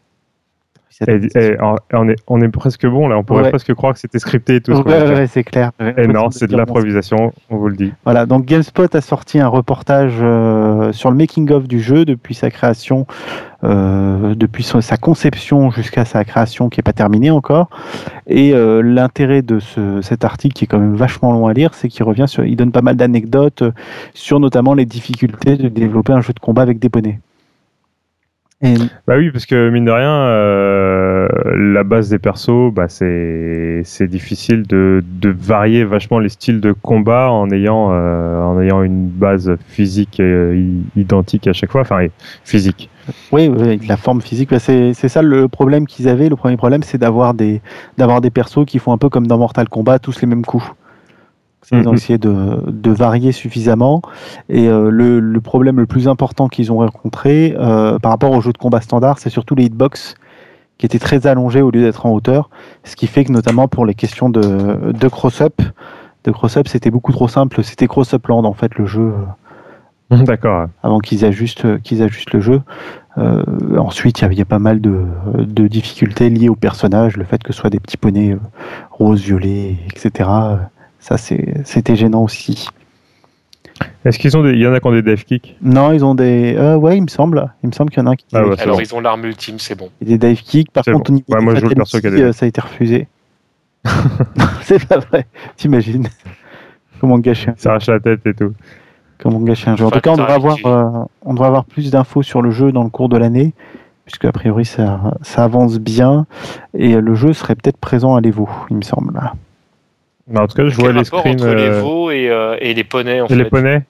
On est presque bon là, on pourrait presque croire que c'était scripté et tout. Ouais, c'est clair. Et non, c'est de l'improvisation, on vous le dit. Voilà, donc GameSpot a sorti un reportage sur le making-of du jeu depuis sa création, depuis sa conception jusqu'à sa création qui n'est pas terminée encore. Et l'intérêt de cet article, qui est quand même vachement long à lire, c'est qu'il il donne pas mal d'anecdotes sur notamment les difficultés de développer un jeu de combat avec des poneys. Bah oui, parce que mine de rien, la base des persos, bah c'est difficile de varier vachement les styles de combat en ayant une base physique identique à chaque fois, enfin physique. Oui, la forme physique, bah c'est ça le problème qu'ils avaient. Le premier problème, c'est d'avoir des persos qui font un peu comme dans Mortal Kombat, tous les mêmes coups. Ils ont essayé de varier suffisamment et le problème le plus important qu'ils ont rencontré par rapport aux jeux de combat standard, c'est surtout les hitbox qui étaient très allongés au lieu d'être en hauteur, ce qui fait que notamment pour les questions de cross-up, c'était beaucoup trop simple, c'était cross-up land en fait le jeu. D'accord. Avant qu'ils ajustent le jeu. Ensuite, il y a pas mal de difficultés liées au personnage, le fait que ce soit des petits poneys roses, violets, etc. Ça, c'était gênant aussi. Est-ce qu'il y en a qui ont des dev kicks? Non, ils ont des... ouais, il me semble qu'il y en a un qui... Alors, ils ont l'arme ultime, c'est bon. Des dive kicks, par contre, au niveau moi, je joue le perso ça a été refusé. C'est pas vrai, t'imagines. Comment gâcher s'arrache la tête et tout. Comment gâcher un jeu. En tout cas, on devrait avoir plus d'infos sur le jeu dans le cours de l'année, puisque a priori ça avance bien, et le jeu serait peut-être présent à l'Evo, il me semble. Mais en tout cas, je vois les screens entre les veaux et les poneys, en fait. Les poneys.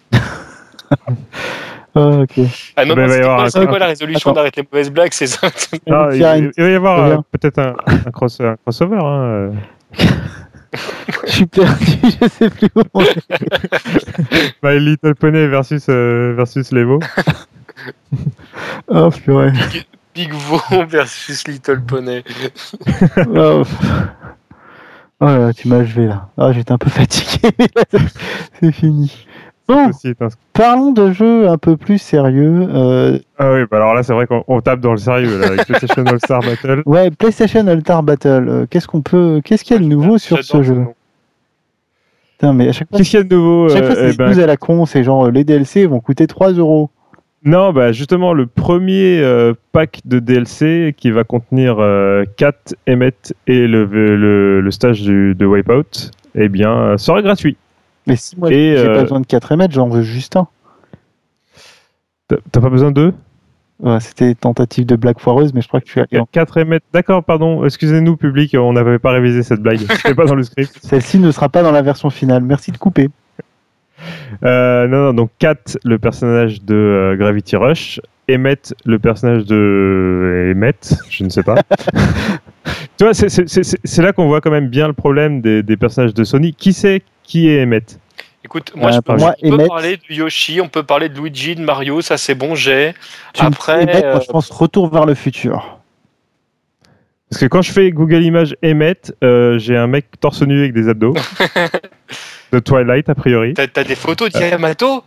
Ah, ok. Ah non, c'est quoi la résolution d'arrêter les mauvaises blagues, c'est ça? Non, il va y avoir peut-être un crossover. Hein. Je suis perdu, je sais plus où on est. My Little Pony versus les veaux. Oh purée. Big Veau versus Little Pony. Oh là, tu m'as achevé là. Ah, j'étais un peu fatigué, mais là, c'est fini. Bon, parlons de jeux un peu plus sérieux. Ah oui, bah alors là, c'est vrai qu'on tape dans le sérieux là, avec PlayStation All-Star Battle. Ouais, PlayStation All-Star Battle. Qu'est-ce qu'il y a de nouveau sur ce jeu? Putain, mais à chaque fois, qu'est-ce qu'il y a de nouveau? Chaque fois, c'est des news à la con, c'est genre les DLC vont coûter 3€. Non, bah justement, le premier pack de DLC qui va contenir Kat, Emmett et le stage de Wipeout, eh bien, sera gratuit. Mais si moi j'ai pas besoin de 4 Emmett, j'en veux juste un. T'as pas besoin d'eux? Ouais, c'était tentative de blague foireuse, mais je crois que tu as... 4 Emmett, d'accord, pardon, excusez-nous public, on n'avait pas révisé cette blague, c'était pas dans le script. Celle-ci ne sera pas dans la version finale, merci de couper. Non, donc Kat, le personnage de Gravity Rush, Emmett, le personnage de Emmett, je ne sais pas. Tu vois, c'est là qu'on voit quand même bien le problème des personnages de Sony. Qui est Emmett? Écoute, moi, on peut parler de Yoshi, on peut parler de Luigi, de Mario, ça c'est bon, j'ai. Après, moi, je pense Retour vers le futur. Parce que quand je fais Google Images Emmett, j'ai un mec torse nu avec des abdos. De Twilight, a priori. T'as des photos de Yamato?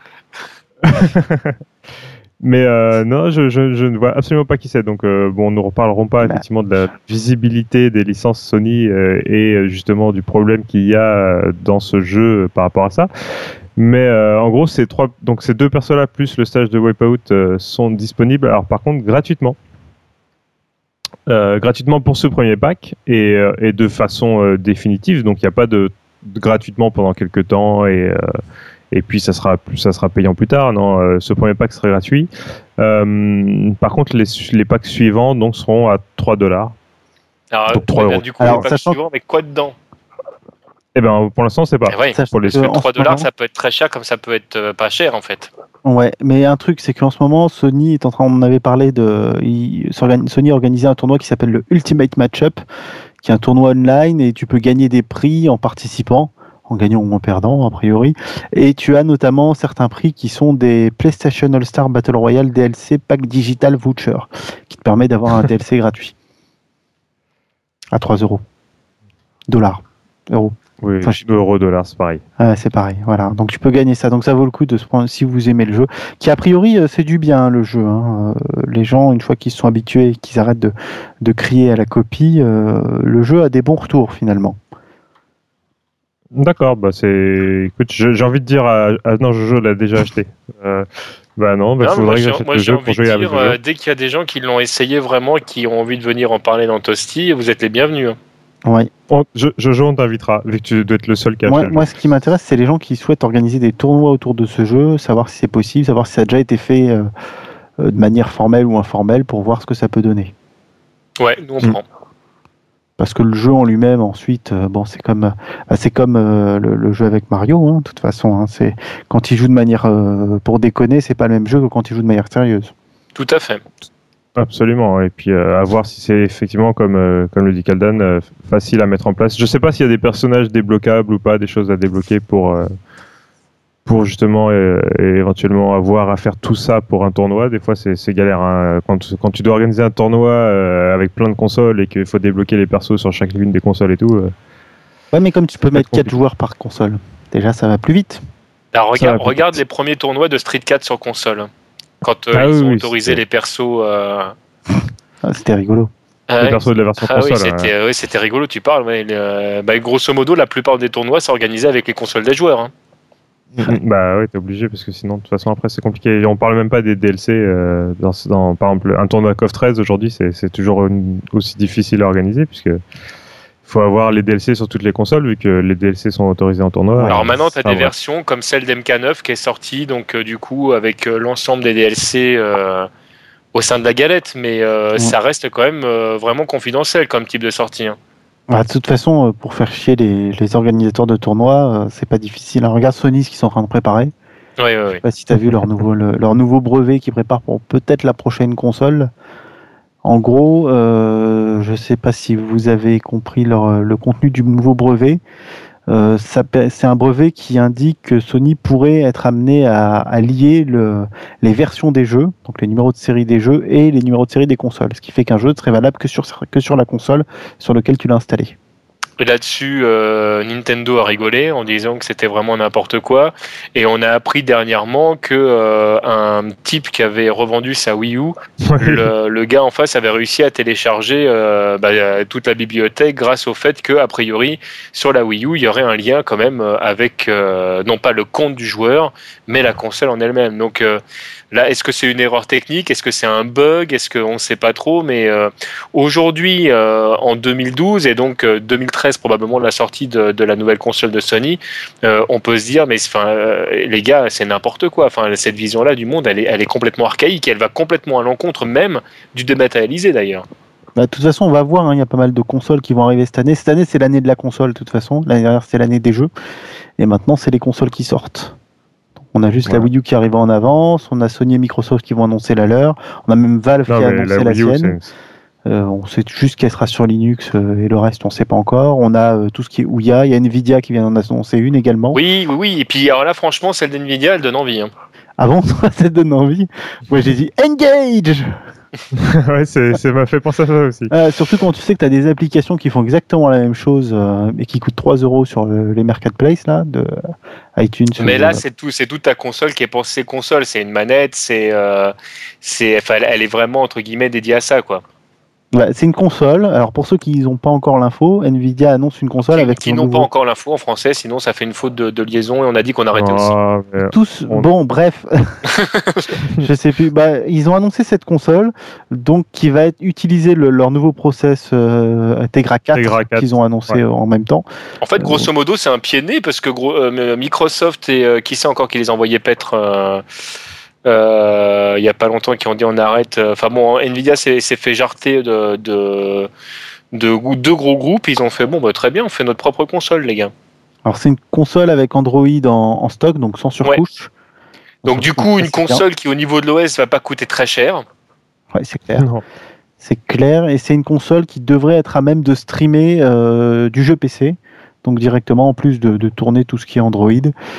Mais non, je ne vois absolument pas qui c'est. Donc, bon, nous ne reparlerons pas effectivement de la visibilité des licences Sony et justement du problème qu'il y a dans ce jeu par rapport à ça. Mais en gros, ces deux persos-là plus le stage de Wipeout sont disponibles. Alors, par contre, gratuitement. Gratuitement pour ce premier pack et de façon définitive. Donc, il n'y a pas de gratuitement pendant quelques temps et puis ça sera payant plus tard. Non, ce premier pack serait gratuit. Par contre, les packs suivants donc seront à $3. Alors, donc 3 €. Du coup, les packs suivants, avec quoi dedans? Eh ben, pour l'instant, c'est pas. Ouais, pour les $3, ça peut être très cher comme ça peut être pas cher en fait. Ouais, mais un truc, c'est qu'en ce moment, Sony est en train, on en avait parlé Sony a organisé un tournoi qui s'appelle le Ultimate Matchup, qui est un tournoi online et tu peux gagner des prix en participant, en gagnant ou en perdant, a priori. Et tu as notamment certains prix qui sont des PlayStation All-Star Battle Royale DLC Pack Digital Voucher, qui te permet d'avoir un DLC gratuit. À 3€. Euros. Oui, enfin, $, c'est pareil. C'est pareil, voilà. Donc tu peux gagner ça. Donc ça vaut le coup de se prendre si vous aimez le jeu. Qui a priori c'est du bien le jeu. Hein. Les gens, une fois qu'ils se sont habitués et qu'ils arrêtent de crier à la copie, le jeu a des bons retours finalement. D'accord, bah écoute, j'ai envie de dire non, Jojo l'a déjà acheté. Bah non, il faudrait que j'achète le jeu pour jouer avec le jeu. Dès qu'il y a des gens qui l'ont essayé vraiment et qui ont envie de venir en parler dans Toasty, vous êtes les bienvenus. Hein. Ouais. Jojo, on t'invitera, vu que tu dois être le seul qui a fait. Moi, ce qui m'intéresse, c'est les gens qui souhaitent organiser des tournois autour de ce jeu, savoir si c'est possible, savoir si ça a déjà été fait de manière formelle ou informelle pour voir ce que ça peut donner. Ouais, nous on prend. Parce que le jeu en lui-même, ensuite, c'est comme le jeu avec Mario, hein, de toute façon. Hein, c'est quand il joue de manière pour déconner, c'est pas le même jeu que quand il joue de manière sérieuse. Tout à fait. Absolument, et puis à voir si c'est effectivement, comme le dit Kaldan, facile à mettre en place. Je sais pas s'il y a des personnages débloquables ou pas, des choses à débloquer pour justement éventuellement avoir à faire tout ça pour un tournoi. Des fois c'est galère, hein. Quand tu dois organiser un tournoi avec plein de consoles et qu'il faut débloquer les persos sur chacune des consoles et tout. Ouais, mais comme tu peux mettre 4 joueurs par console, déjà ça va plus vite. Alors, regarde les premiers tournois de Street 4 sur console. Quand ils ont autorisé les persos. C'était rigolo. Les persos de la version console. Oui, c'était rigolo, tu parles. Mais, grosso modo, la plupart des tournois s'organisaient avec les consoles des joueurs. Hein. Bah oui, t'es obligé, parce que sinon, de toute façon, après, c'est compliqué. Et on parle même pas des DLC. Par exemple, un tournoi KOF 13 aujourd'hui, c'est toujours aussi difficile à organiser, puisque faut avoir les DLC sur toutes les consoles vu que les DLC sont autorisés en tournoi. Alors maintenant, tu as des versions comme celle d'MK9 qui est sortie, donc du coup, avec l'ensemble des DLC au sein de la galette, mais ça reste quand même vraiment confidentiel comme type de sortie. Hein. De toute façon, pour faire chier les organisateurs de tournois, c'est pas difficile. Regarde Sony, ce qu'ils sont en train de préparer. Oui. Je sais pas si tu as vu leur nouveau brevet qu'ils préparent pour peut-être la prochaine console. En gros, je sais pas si vous avez compris le contenu du nouveau brevet. C'est un brevet qui indique que Sony pourrait être amené à lier les versions des jeux, donc les numéros de série des jeux et les numéros de série des consoles, ce qui fait qu'un jeu ne serait valable que sur la console sur laquelle tu l'as installé. Et là-dessus, Nintendo a rigolé en disant que c'était vraiment n'importe quoi. Et on a appris dernièrement que un type qui avait revendu sa Wii U, le gars en face avait réussi à télécharger toute la bibliothèque grâce au fait que, a priori, sur la Wii U, il y aurait un lien quand même avec non pas le compte du joueur, mais la console en elle-même. Donc là, est-ce que c'est une erreur technique? Est-ce que c'est un bug? Est-ce qu'on ne sait pas trop? Mais aujourd'hui, en 2012 et donc 2013, probablement la sortie de la nouvelle console de Sony, on peut se dire, mais les gars, c'est n'importe quoi. Cette vision-là du monde, elle est complètement archaïque. Elle va complètement à l'encontre même du dématérialisé d'ailleurs. De toute façon, on va voir. Il y a pas mal de consoles qui vont arriver cette année. Cette année, c'est l'année de la console, de toute façon. L'année dernière, c'est l'année des jeux. Et maintenant, c'est les consoles qui sortent. On a juste la Wii U qui arrive en avance, on a Sony et Microsoft qui vont annoncer la leur, on a même Valve qui a annoncé la sienne. On sait juste qu'elle sera sur Linux et le reste on ne sait pas encore. On a tout ce qui est Ouya, il y a Nvidia qui vient d'en annoncer une également. Oui, et puis alors là franchement celle d'Nvidia elle donne envie. Hein. Ah bon, ça donne envie? Moi j'ai dit Engage. Ouais, ça m'a fait penser à ça aussi. Surtout quand tu sais que tu as des applications qui font exactement la même chose et qui coûtent 3 € sur les marketplaces là, de iTunes. Mais là, c'est toute ta console qui est pensée console. C'est une manette, elle est vraiment entre guillemets dédiée à ça, quoi. Ouais, c'est une console. Alors pour ceux qui n'ont pas encore l'info, Nvidia annonce une console qui n'ont pas encore l'info en français, sinon ça fait une faute de liaison et on a dit qu'on arrêtait aussi. Bon, bref, je sais plus. Ils ont annoncé cette console, donc qui va utiliser leur nouveau process Tegra 4 qu'ils ont annoncé en même temps. En fait, grosso modo, c'est un pied de nez parce que Microsoft et qui sait encore qui les envoyait paître. Il y a pas longtemps qui ont dit on arrête. Nvidia s'est fait jarter de deux gros groupes. Ils ont fait très bien, on fait notre propre console, les gars. Alors c'est une console avec Android en stock, donc sans surcouche. Ouais. Donc du coup, une console qui au niveau de l'OS va pas coûter très cher. Ouais, c'est clair. Non. C'est clair, et c'est une console qui devrait être à même de streamer du jeu PC. Donc directement, en plus de tourner tout ce qui est Android.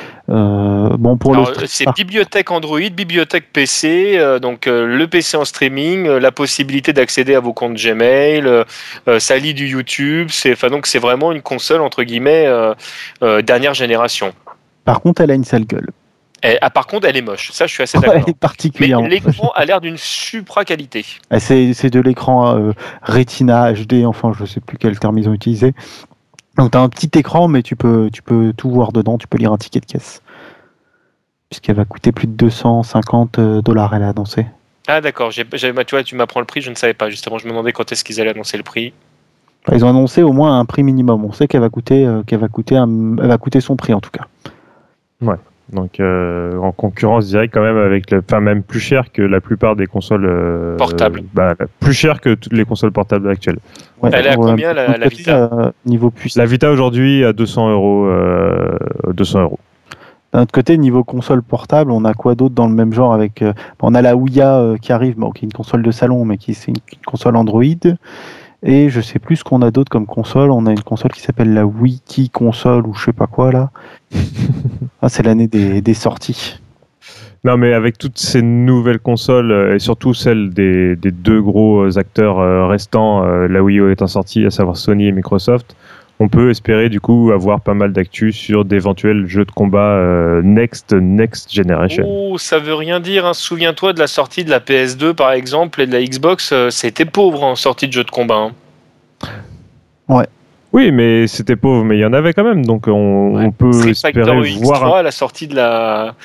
C'est bibliothèque Android, bibliothèque PC, donc le PC en streaming, la possibilité d'accéder à vos comptes Gmail, ça lit du YouTube. Donc c'est vraiment une console entre guillemets dernière génération. Par contre, elle a une sale gueule. Par contre, elle est moche. Ça, je suis assez d'accord. Elle est particulièrement. Mais l'écran a l'air d'une supra qualité. C'est de l'écran Retina HD. Enfin, je sais plus quel terme ils ont utilisé. Donc tu as un petit écran, mais tu peux tout voir dedans, tu peux lire un ticket de caisse. Puisqu'elle va coûter plus de $250, elle a annoncé. Ah d'accord, tu m'apprends le prix, je ne savais pas. Justement, je me demandais quand est-ce qu'ils allaient annoncer le prix. Ils ont annoncé au moins un prix minimum. On sait qu'elle va coûter son prix en tout cas. Ouais. Donc en concurrence directe quand même avec même plus cher que la plupart des consoles portables. Plus cher que toutes les consoles portables actuelles. Ouais, elle est à combien la Vita niveau puissance. La Vita aujourd'hui à 200 €. 200 €. D'un autre côté, niveau console portable, on a quoi d'autre dans le même genre avec on a la Ouya qui arrive, qui est une console de salon, mais c'est une console Android. Et je sais plus ce qu'on a d'autre comme console. On a une console qui s'appelle la Wiki console ou je sais pas quoi là. C'est l'année des sorties. Non, mais avec toutes ces nouvelles consoles et surtout celles des deux gros acteurs restants, la Wii U étant sortie, à savoir Sony et Microsoft, on peut espérer du coup avoir pas mal d'actu sur d'éventuels jeux de combat next generation. Oh, ça veut rien dire. Hein. Souviens-toi de la sortie de la PS2 par exemple et de la Xbox, c'était pauvre en sortie de jeux de combat. Hein. Ouais. Oui, mais c'était pauvre, mais il y en avait quand même, donc on peut espérer voir. À la sortie de la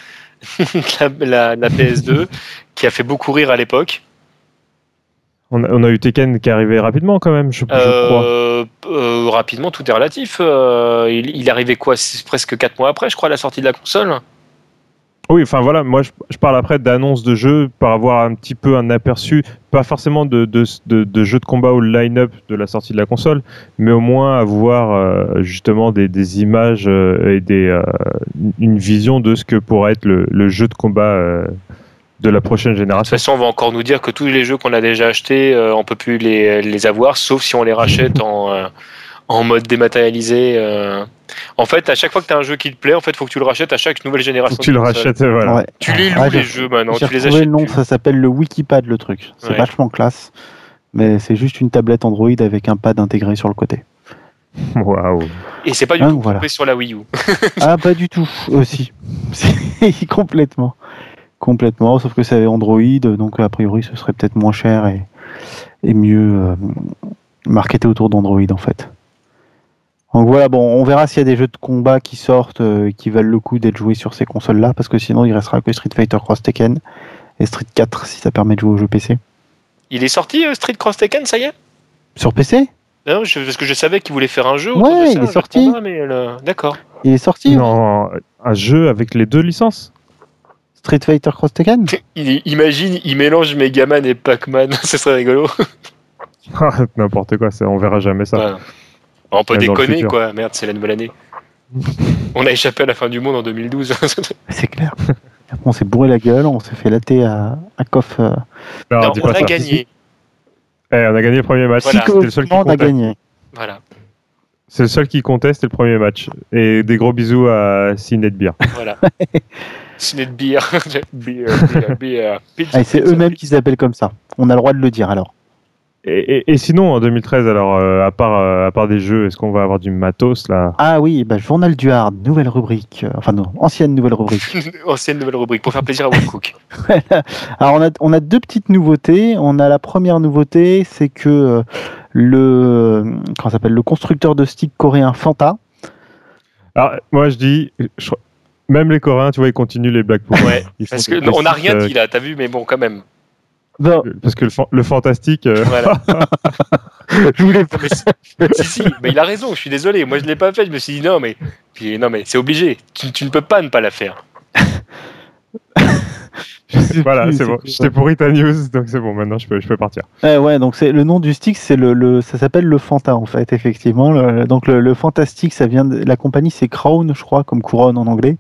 PS2, qui a fait beaucoup rire à l'époque. On a eu Tekken qui est arrivé rapidement quand même, je crois. rapidement, tout est relatif. Il est arrivé quoi, presque 4 mois après, je crois, la sortie de la console. Oui, enfin voilà, moi je parle après d'annonces de jeux pour avoir un petit peu un aperçu, pas forcément de jeux de combat ou le line-up de la sortie de la console, mais au moins avoir justement des images et une vision de ce que pourrait être le jeu de combat de la prochaine De génération. toute façon, on va encore nous dire que tous les jeux qu'on a déjà achetés, on peut plus les avoir, sauf si on les rachète en mode dématérialisé. En fait, à chaque fois que tu as un jeu qui te plaît, en fait, faut que tu le rachètes à chaque nouvelle génération. Faut que tu le rachètes, voilà. Ouais. Tu les loues les jeux maintenant, tu les achètes. Le nom, plus. ça s'appelle le Wikipad, le truc. C'est vachement classe, mais c'est juste une tablette Android avec un pad intégré sur le côté. Waouh. Et c'est pas du tout compris sur la Wii U. Ah, pas du tout, aussi. Complètement. Complètement, sauf que c'est Android, donc a priori ce serait peut-être moins cher et mieux marketé autour d'Android en fait. Donc voilà, bon, on verra s'il y a des jeux de combat qui sortent qui valent le coup d'être joués sur ces consoles-là, parce que sinon il restera que Street Fighter Cross Tekken et Street 4 si ça permet de jouer aux jeux PC. Il est sorti Street Cross Tekken, ça y est ? Sur PC ? Non, parce que je savais qu'il voulait faire un jeu. Ouais, il est sorti. Combat, mais d'accord. Il est sorti. Non, un jeu avec les deux licences. Street Fighter Cross Tekken ? Imagine, il mélange Megaman et Pac-Man, ce serait rigolo. N'importe quoi, on verra jamais ça. Ouais. On peut Même dans le déconner, futur. quoi. Merde, c'est la nouvelle année. On a échappé à la fin du monde en 2012. C'est clair. On s'est bourré la gueule, on s'est fait latter à coff. Non, on a gagné. On a gagné le premier match. Voilà. C'était le seul qui On a comptait. gagné. Voilà. C'est le seul qui comptait, c'était le premier match. Et des gros bisous à Cinet Beer. Voilà. Cinet Beer. Beer. Ah, c'est eux-mêmes qui s'appellent comme ça. On a le droit de le dire alors. Et sinon, en 2013, alors, à part des jeux, est-ce qu'on va avoir du matos là ? Ah oui, Journal du Hard, nouvelle rubrique. Enfin non, ancienne nouvelle rubrique. Ancienne nouvelle rubrique pour faire plaisir à Will Cook. Alors on a deux petites nouveautés. On a la première nouveauté, c'est que le constructeur de stick coréen Fanta. Alors, moi je dis, même les Coréens, tu vois, ils continuent les Blackpool. Ouais, parce que on n'a rien dit là, t'as vu, mais bon, quand même. Bon. Parce que le fantastique. Voilà. Je voulais pas. Si, mais il a raison, je suis désolé. Moi, je l'ai pas fait. Je me suis dit non, mais c'est obligé. Tu ne peux pas ne pas la faire. Voilà, c'est bon. J'étais pourri ta news, donc c'est bon. Maintenant, je peux partir. Ouais, donc c'est le nom du stick, c'est ça s'appelle le Fanta en fait, effectivement. Donc le Fantastic, ça vient de la compagnie, c'est Crown, je crois, comme couronne en anglais.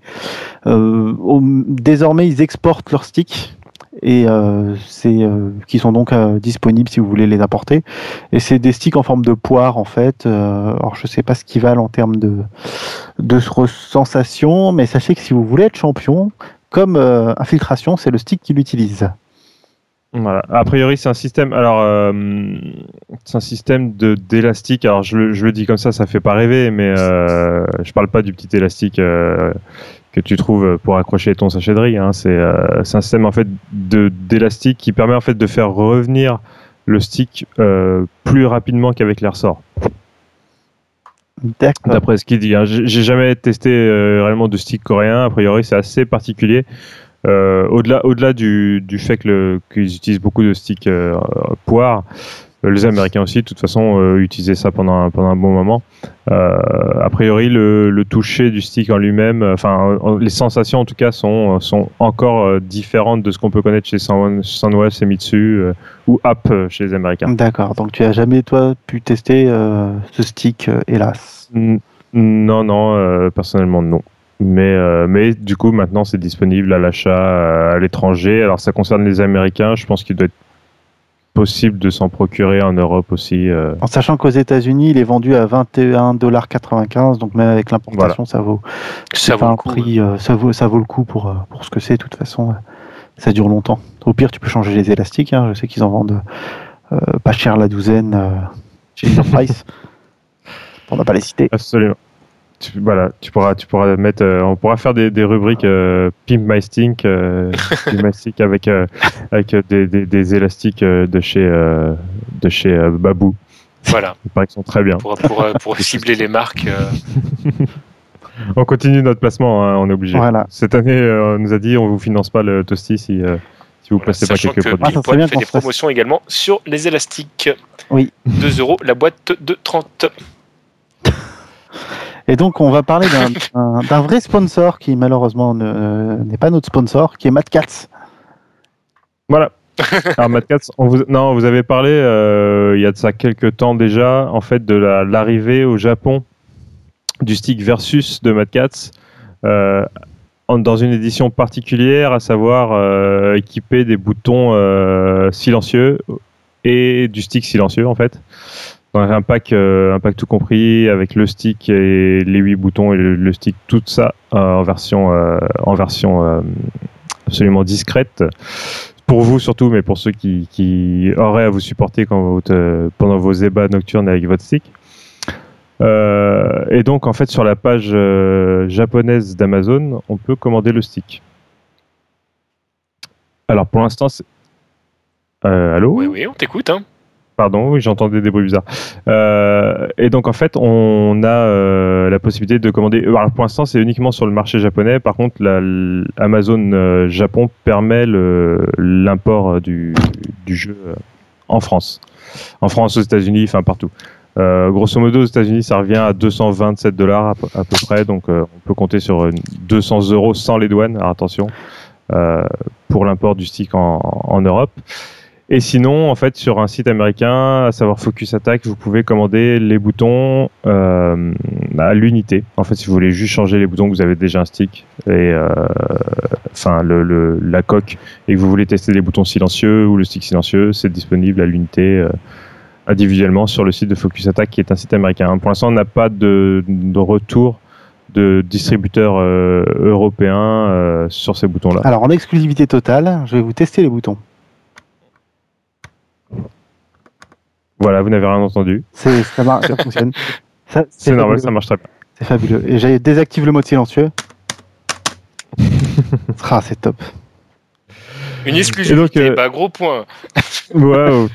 Désormais, ils exportent leurs sticks. Et qui sont donc disponibles si vous voulez les apporter. Et c'est des sticks en forme de poire en fait. Alors je sais pas ce qu'ils valent en termes de sensation, mais sachez que si vous voulez être champion, comme infiltration, c'est le stick qu'il utilise. Voilà. A priori, c'est un système. Alors, c'est un système d'élastique. Alors, je le dis comme ça fait pas rêver, mais je parle pas du petit élastique que tu trouves pour accrocher ton sachet de riz. Hein. C'est un système en fait d'élastique qui permet en fait de faire revenir le stick plus rapidement qu'avec les ressorts. D'accord. D'après ce qu'il dit. Hein. J'ai jamais testé réellement de stick coréen. A priori, c'est assez particulier. Au-delà du fait qu'ils utilisent beaucoup de sticks poire, les Américains aussi, de toute façon, utilisaient ça pendant un bon moment. A priori, le toucher du stick en lui-même, les sensations en tout cas sont encore différentes de ce qu'on peut connaître chez Sunwell, Semitsu ou App chez les Américains. D'accord, donc tu as jamais toi pu tester ce stick, hélas. Non, personnellement non. Mais du coup, maintenant, c'est disponible à l'achat à l'étranger. Alors, ça concerne les Américains. Je pense qu'il doit être possible de s'en procurer en Europe aussi. En sachant qu'aux États-Unis, il est vendu à $21,95, donc même avec l'importation, voilà. ça vaut le coup. Prix, ça vaut le coup pour ce que c'est. De toute façon, ça dure longtemps. Au pire, tu peux changer les élastiques. Hein. Je sais qu'ils en vendent pas cher la douzaine chez Enterprise. On va pas les citer. Absolument. Tu pourras mettre. On pourra faire des rubriques Pimp My Stink, Pimp My Stink avec des élastiques de chez Babou. Voilà. Il paraît qu'ils sont très bien. Pour cibler les marques. On continue notre placement, hein, on est obligé. Voilà. Cette année, on nous a dit on vous finance pas le Toasty si vous placez pas quelques produits. Ça serait bien fait des promotions également sur les élastiques. Oui. 2 € la boîte de 30. Et donc, on va parler d'un vrai sponsor qui, malheureusement, n'est pas notre sponsor, qui est Mad Catz. Voilà. Alors, Mad Catz, vous avez parlé il y a de ça quelques temps déjà, en fait, de l'arrivée au Japon du stick Versus de Mad Catz. Dans une édition particulière, à savoir équipé des boutons silencieux et du stick silencieux en fait. Donc un pack tout compris avec le stick et les 8 boutons et le stick, tout ça en version absolument discrète. Pour vous surtout, mais pour ceux qui auraient à vous supporter pendant vos ébats nocturnes avec votre stick. Et donc en fait sur la page japonaise d'Amazon, on peut commander le stick. Alors pour l'instant, allô ? Oui, on t'écoute. Hein. Pardon, oui, j'entendais des bruits bizarres. Et donc en fait, on a la possibilité de commander. Alors pour l'instant, c'est uniquement sur le marché japonais. Par contre, Amazon Japon permet l'import du jeu en France, aux États-Unis, enfin partout. Grosso modo, aux États-Unis, ça revient à $227 à peu près, donc on peut compter sur 200 € sans les douanes. Alors attention, pour l'import du stick en Europe. Et sinon, en fait, sur un site américain, à savoir Focus Attack, vous pouvez commander les boutons à l'unité. En fait, si vous voulez juste changer les boutons, que vous avez déjà un stick et la coque, et que vous voulez tester les boutons silencieux ou le stick silencieux, c'est disponible à l'unité. Individuellement sur le site de Focus Attack, qui est un site américain. Pour l'instant, on n'a pas de retour de distributeurs européens sur ces boutons-là. Alors, en exclusivité totale, je vais vous tester les boutons. Voilà, vous n'avez rien entendu. Ça fonctionne. C'est normal, ça marche très bien. C'est fabuleux. Et j'ai désactive le mode silencieux. C'est top. Une exclusivité, gros point. Waouh,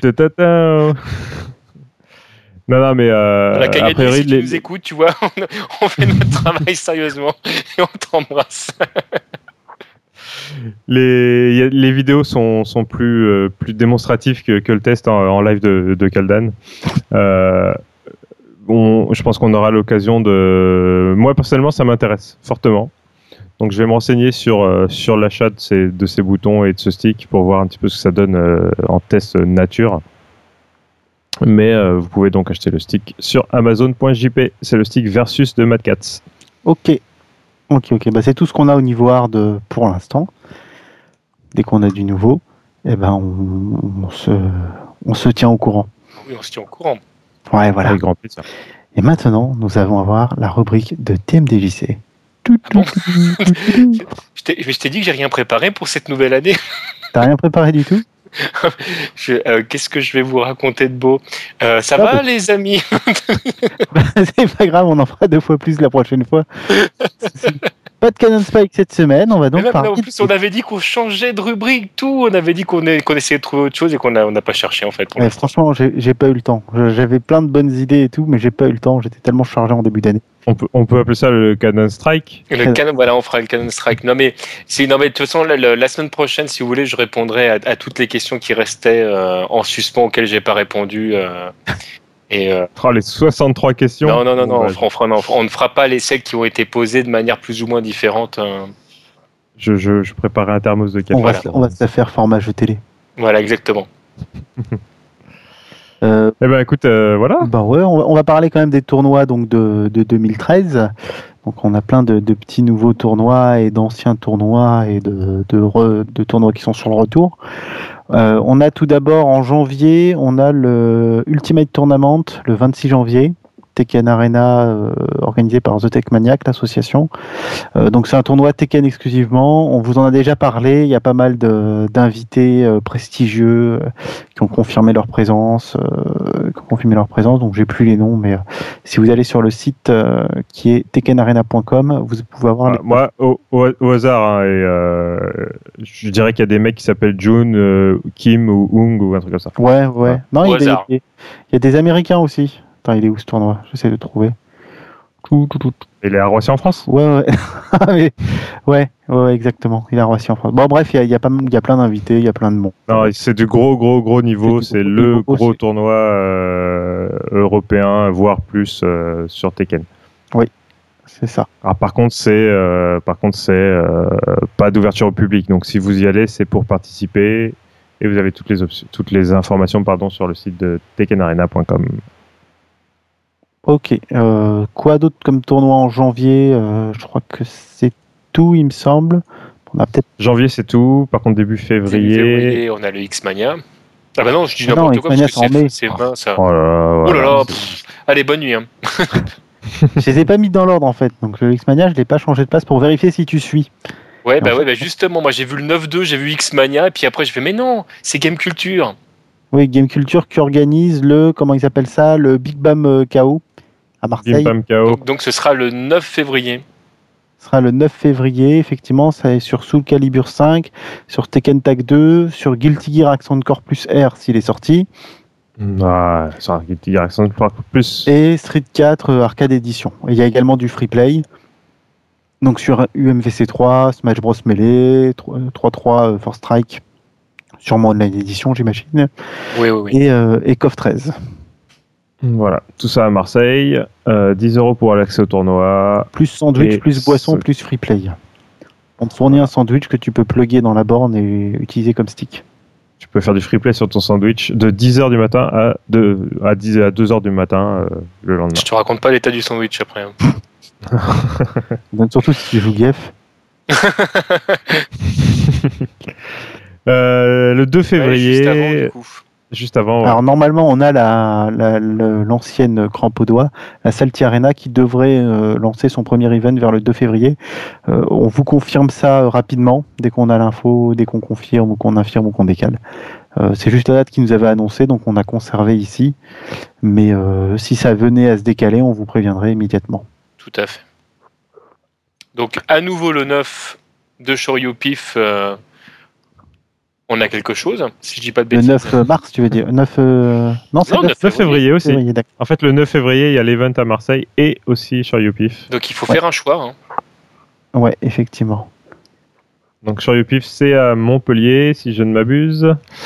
Non, mais la Canadienne, si tu nous écoutes, tu vois, on fait notre travail sérieusement et on t'embrasse. Les vidéos sont plus démonstratives que le test en live de Kaldan. Je pense qu'on aura l'occasion de... Moi, personnellement, ça m'intéresse fortement. Donc, je vais me renseigner sur l'achat de ces boutons et de ce stick pour voir un petit peu ce que ça donne en test nature. Mais vous pouvez donc acheter le stick sur Amazon.jp. C'est le stick Versus de Mad Catz. Ok. Bah, c'est tout ce qu'on a au niveau hard pour l'instant. Dès qu'on a du nouveau, on se tient au courant. Oui, on se tient au courant. Ouais, voilà. Avec grand plaisir. Et maintenant, nous allons avoir la rubrique de TMDJC. Bon. Je t'ai dit que j'ai rien préparé pour cette nouvelle année. T'as rien préparé du tout ? Qu'est-ce que je vais vous raconter de beau ? Ça va, les amis ? C'est pas grave, on en fera 2 fois plus la prochaine fois. Pas de Canon Spike cette semaine, on va donc parler... En plus, on avait dit qu'on changeait de rubrique, tout. On avait dit qu'on essayait de trouver autre chose et qu'on n'a pas cherché, en fait. Ouais, franchement, j'ai pas eu le temps. J'avais plein de bonnes idées et tout, mais j'ai pas eu le temps. J'étais tellement chargé en début d'année. On peut appeler ça le Canon Strike. Voilà, on fera le Canon Strike. Non mais de toute façon, la semaine prochaine, si vous voulez, je répondrai à toutes les questions qui restaient en suspens auxquelles j'ai pas répondu. Les 63 questions. Non, on ne fera pas les celles qui ont été posées de manière plus ou moins différente. Je préparais un thermos de café. On va se la faire format jeu télé. Voilà, exactement. Écoute, voilà. Bah ouais, on va parler quand même des tournois donc de 2013. Donc on a plein de petits nouveaux tournois et d'anciens tournois et de tournois qui sont sur le retour. On a tout d'abord en janvier, on a le Ultimate Tournament le 26 janvier. Tekken Arena organisé par The Tech Maniac, l'association. Donc c'est un tournoi Tekken exclusivement. On vous en a déjà parlé. Il y a pas mal d'invités prestigieux qui ont confirmé leur présence. Donc j'ai plus les noms, mais si vous allez sur le site qui est tekkenarena.com, vous pouvez avoir. Moi, au hasard, je dirais qu'il y a des mecs qui s'appellent Jun, Kim ou Ung ou un truc comme ça. Ouais. Non, il y a des Américains aussi. Attends, il est où ce tournoi ? J'essaie de trouver. Il est à Roissy en France ? Ouais. ouais, exactement. Il est à Roissy en France. Bon, bref, il y a plein d'invités, il y a plein de monde. Non, c'est du gros niveau. C'est le gros tournoi européen, voire plus sur Tekken. C'est ça. Alors, par contre, c'est pas d'ouverture au public. Donc, si vous y allez, c'est pour participer. Et vous avez toutes les informations sur le site de tekkenarena.com. Ok. Quoi d'autre comme tournoi en janvier Je crois que c'est tout, il me semble. On a peut-être. Janvier, c'est tout. Par contre, début février, on a le X-Mania. Ah bah non, je dis Ah non, n'importe quoi parce X-Mania, que c'est en mai. c'est vain, ça. Oh là là, Oh là voilà. là, allez, bonne nuit. Hein. Je les ai pas mis dans l'ordre en fait. Donc le X-Mania, je l'ai pas changé de place pour vérifier si tu suis. Ouais, bah justement, moi j'ai vu le 9-2, j'ai vu X-Mania, et puis après je fais, mais non, c'est Game Culture. Oui, Game Culture qui organise comment ils appellent ça, le Big Bam KO à Marseille. Bim Bam KO. Donc ce sera le 9 février. Ce sera le 9 février, effectivement, ça est sur Soul Calibur 5, sur Tekken Tag 2, sur Guilty Gear Accent Core plus R s'il est sorti. Ah, ça, Guilty Gear Accent Core plus. Et Street 4 Arcade Edition. Et il y a également du free play. Donc sur UMVC 3, Smash Bros Melee, 3-3 Force Strike, sûrement Online Edition, j'imagine. Oui. Et KOF 13. Voilà, tout ça à Marseille. 10 € pour l'accès au tournoi. Plus sandwich, Et plus boisson, plus free play. On te fournit un sandwich que tu peux plugger dans la borne et utiliser comme stick. Tu peux faire du free play sur ton sandwich de 10h du matin à 2h du matin le lendemain. Je te raconte pas l'état du sandwich après. Hein. Donc surtout si tu joues Geff. Le 2 février. Juste avant, du coup. Juste avant. Ouais. Alors normalement on a l'ancienne crampe au doigt, la Salty Arena qui devrait lancer son premier event vers le 2 février. On vous confirme ça rapidement dès qu'on a l'info, dès qu'on confirme ou qu'on infirme ou qu'on décale. C'est juste la date qu'ils nous avait annoncée, donc on a conservé ici. Mais si ça venait à se décaler, on vous préviendrait immédiatement. Tout à fait. Donc à nouveau le 9 de Shoryu Pif. On a quelque chose, si je dis pas de Le bêtises. 9 mars, tu veux dire 9 Non, c'est Non, le 9 février aussi. février, d'accord. En fait, le 9 février, il y a l'event à Marseille et aussi sur YouPif. Donc il faut faire un choix. Hein. Ouais, effectivement. Donc sur YouPif, c'est à Montpellier, si je ne m'abuse.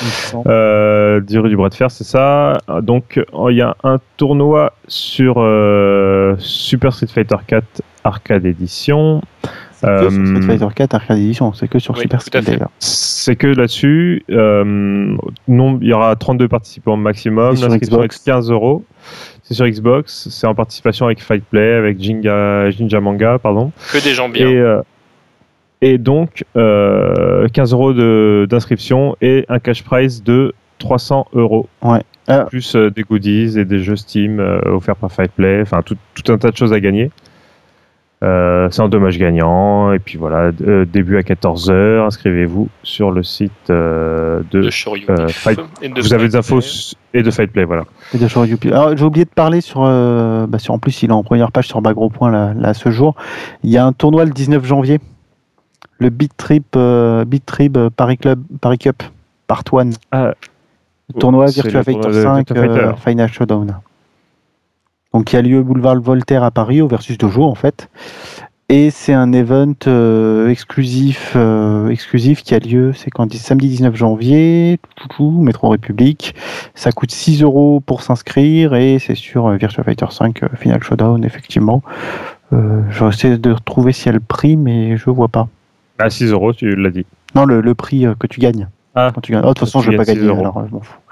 Du rue du Bras de Fer, c'est ça. Donc il y a un tournoi sur Super Street Fighter 4 Arcade Edition. C'est que sur Street Fighter 4 Arcade Edition, c'est que sur Super Street Fighter. C'est que là-dessus. Il y aura 32 participants maximum. L'inscription est 15 €. C'est sur Xbox. C'est en participation avec Fight Play, avec Jinja Manga, pardon. Que des gens bien. Et donc 15 € d'inscription et un cash prize de 300 €. Ouais. Plus des goodies et des jeux Steam offerts par Fight Play. Enfin, tout un tas de choses à gagner. C'est en dommage gagnant, et puis voilà, début à 14h, inscrivez-vous sur le site de Shoryu Fight. Vous avez des infos et de Fight Play, voilà. Et de Shoryu. Alors j'ai oublié de parler sur en plus il est en première page sur Bagro Point là ce jour. Il y a un tournoi le 19 janvier, le Beat Trip Paris Cup Part 1. Le tournoi Virtua Fighter 5 Final Showdown. Donc il y a lieu boulevard Voltaire à Paris au Versus Dojo en fait, et c'est un event exclusif qui a lieu, c'est samedi 19 janvier, métro République. Ça coûte 6 € pour s'inscrire et c'est sur Virtua Fighter 5 Final Showdown effectivement. Je vais essayer de retrouver s'il y a le prix, mais je vois pas. À 6 € tu l'as dit. Non, le prix que tu gagnes. Ah. Quand tu gagnes. De toute façon je vais pas gagner alors je m'en fous.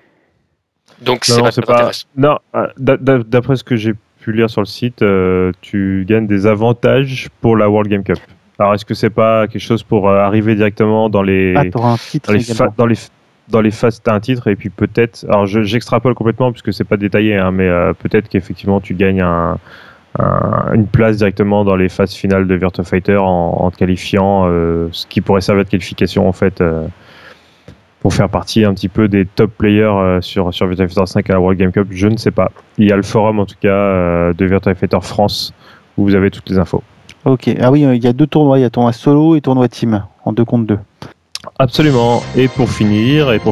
Donc c'est pas. Non, d'après ce que j'ai pu lire sur le site, tu gagnes des avantages pour la World Game Cup. Alors est-ce que c'est pas quelque chose pour arriver directement dans les t'auras un titre dans les phases, t'as un titre et puis peut-être. Alors j'extrapole complètement puisque c'est pas détaillé, hein, mais peut-être qu'effectivement tu gagnes une place directement dans les phases finales de Virtua Fighter en te qualifiant, ce qui pourrait servir de qualification en fait. Pour faire partie un petit peu des top players sur Virtua Fighter 5 à la World Game Cup, je ne sais pas. Il y a le forum en tout cas de Virtua Fighter France où vous avez toutes les infos. Ok, ah oui, il y a 2 tournois, il y a tournoi solo et tournoi team en 2 contre 2. Absolument. Et pour finir, non.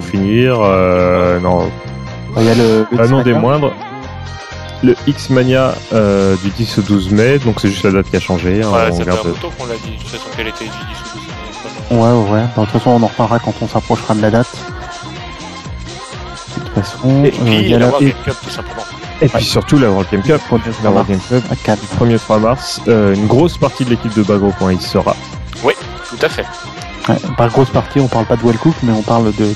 Il y a le non des moindres. Le X-Mania du 10 au 12 mai, donc c'est juste la date qui a changé. Ouais, ça fait un longtemps qu'on l'a dit, de toute façon qu'elle était du 10 au 12 mai. Ouais. De toute façon, on en reparlera quand on s'approchera de la date. De toute façon, il y a la World Game Cup tout simplement. Et puis surtout la World Game Cup. La World Game Cup, du 1er 3 mars. Une grosse partie de l'équipe de Bagro Point y sera. Oui, tout à fait. Ouais, par grosse partie, on parle pas de Wellcook, mais on parle de...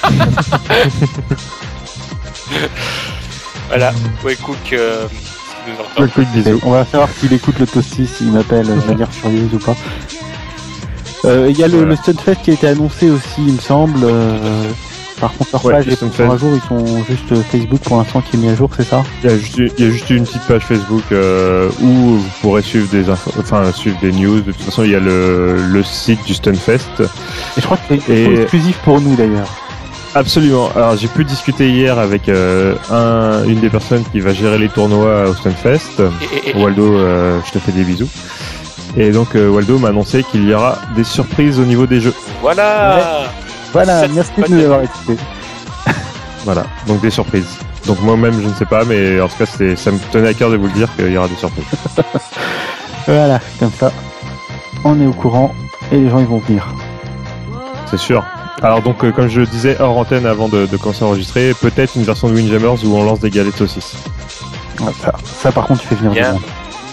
Voilà, Wellcook nous entend. Wellcook, bisous. On va savoir s'il écoute le Toasty, s'il m'appelle de manière furieuse ou pas. Il y a le Stunfest qui a été annoncé aussi, il me semble. Par contre, leur page est pas à jour, ils sont juste Facebook pour l'instant qui est mis à jour, c'est ça? Il y a juste une petite page Facebook où vous pourrez suivre des infos, suivre des news. De toute façon, il y a le site du Stunfest. Et je crois que c'est exclusif pour nous d'ailleurs. Absolument. Alors j'ai pu discuter hier avec une des personnes qui va gérer les tournois au Stunfest. Waldo, je te fais des bisous. Et donc Waldo m'a annoncé qu'il y aura des surprises au niveau des jeux. Voilà. Ouais. Voilà, merci de nous avoir écoutés. Voilà, donc des surprises. Donc moi-même je ne sais pas, mais en tout cas ça me tenait à cœur de vous le dire qu'il y aura des surprises. Voilà, comme ça, on est au courant et les gens ils vont venir. C'est sûr. Alors donc comme je le disais hors antenne avant de commencer à enregistrer, peut-être une version de Windjammers où on lance des galettes saucisses. Ça par contre tu fais venir du monde.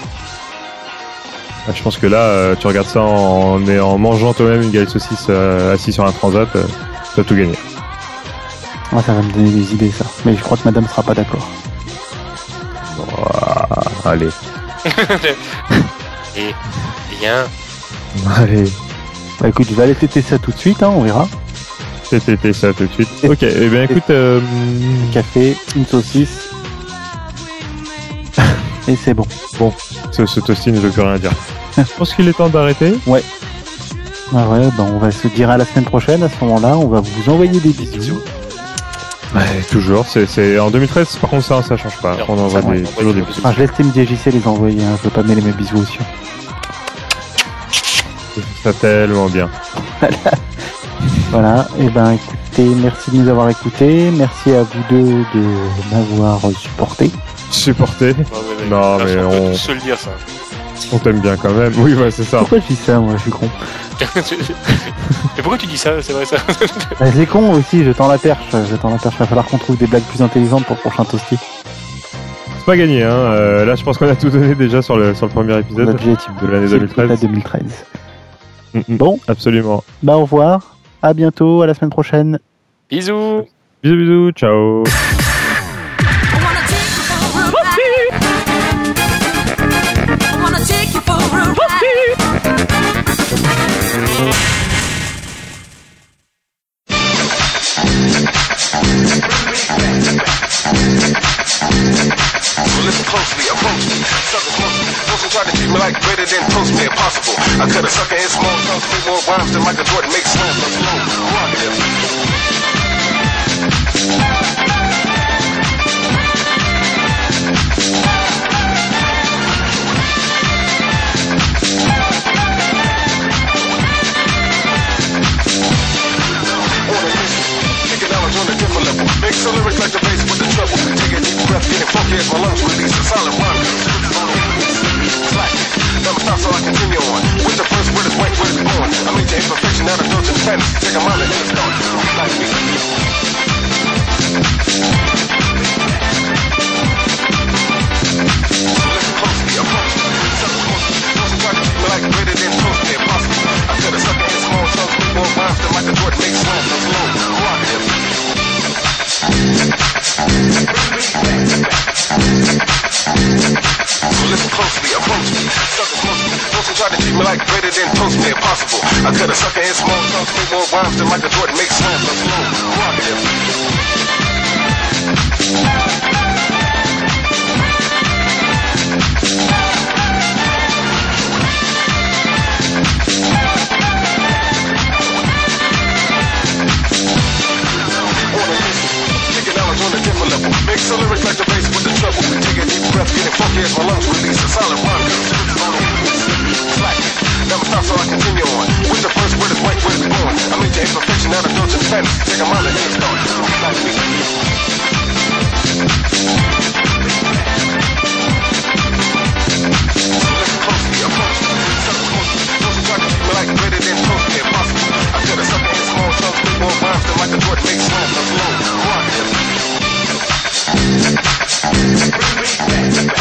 Je pense que là, tu regardes ça en mangeant toi-même une galette saucisse assis sur un transat, t'as tout gagné. Ouais, ça va me donner des idées ça, mais je crois que madame sera pas d'accord. Allez. Et bien. Allez. Bah écoute, je vais aller tester ça tout de suite, on verra. Tester ça tout de suite. Ok, et bien écoute... Un café, une saucisse. Et c'est bon. Bon, ce toasty ne veut plus rien dire. Je pense qu'il est temps d'arrêter. Ouais. Ah ouais, on va se dire à la semaine prochaine. À ce moment-là, on va vous envoyer des bisous. Ouais, toujours. C'est en 2013, par contre, ça change pas. On envoie toujours des bisous. Enfin, je laisse TMDJC les envoyer. Je veux pas mêler mes bisous aussi. Ça tellement bien. Voilà. Et ben, écoutez, merci de nous avoir écoutés. Merci à vous deux de m'avoir supporté. Supporté. Non, mais on peut tous se le dire ça. On t'aime bien quand même. Oui, ouais, c'est ça. Pourquoi je dis ça, moi, je suis con. Mais pourquoi tu dis ça? C'est vrai ça. C'est con aussi, je tends la perche. Il va falloir qu'on trouve des blagues plus intelligentes pour le prochain Toasty. C'est pas gagné, hein. Là, je pense qu'on a tout donné déjà sur le premier épisode de l'année 2013. Bon. Absolument. Bah, au revoir. À bientôt. À la semaine prochaine. Bisous. Bisous. Ciao. Listen closely, approach me. Suckers mostly try to treat me like greater than toast me impossible. I cut a sucker in small chunks, make more rhymes than Michael Jordan makes slams on slow. Make some lyrics like the bass with the treble. Take a deep breath, getting funky as my lungs release a solid rhyme. Slack. Never stop, so I continue on. With the first word is white, where it's born. I made your imperfection out of those in tennis. Take a mind and then start. Like me. Listen closely, approach me. Suckers mostly try to treat me like greater than toast me impossible. I cut a sucker in small chunks, make more rhymes than Michael Jordan makes slams on slow. Prerogative. So listen closely, approach me. Suckers mostly try to treat me like greater than toast me impossible. I cut a sucker in small chunks, make more rhymes than Michael Jordan makes slams on slow. Prerogative. Make some lyrics like the bass with the treble. Take a deep breath, getting funky as my lungs release a solid rhyme. Slack. Never stop, so I continue on. With the first word is white, where it's born. I made your imperfection out of those in Spanish. Take a mind and then start. Like me. Listen closely, approach me. Suckers mostly try to treat me like greater than toast me impossible. I cut a sucker in small chunks, make more rhymes than Michael Jordan makes slams on slow. Prerogative. Bring me back.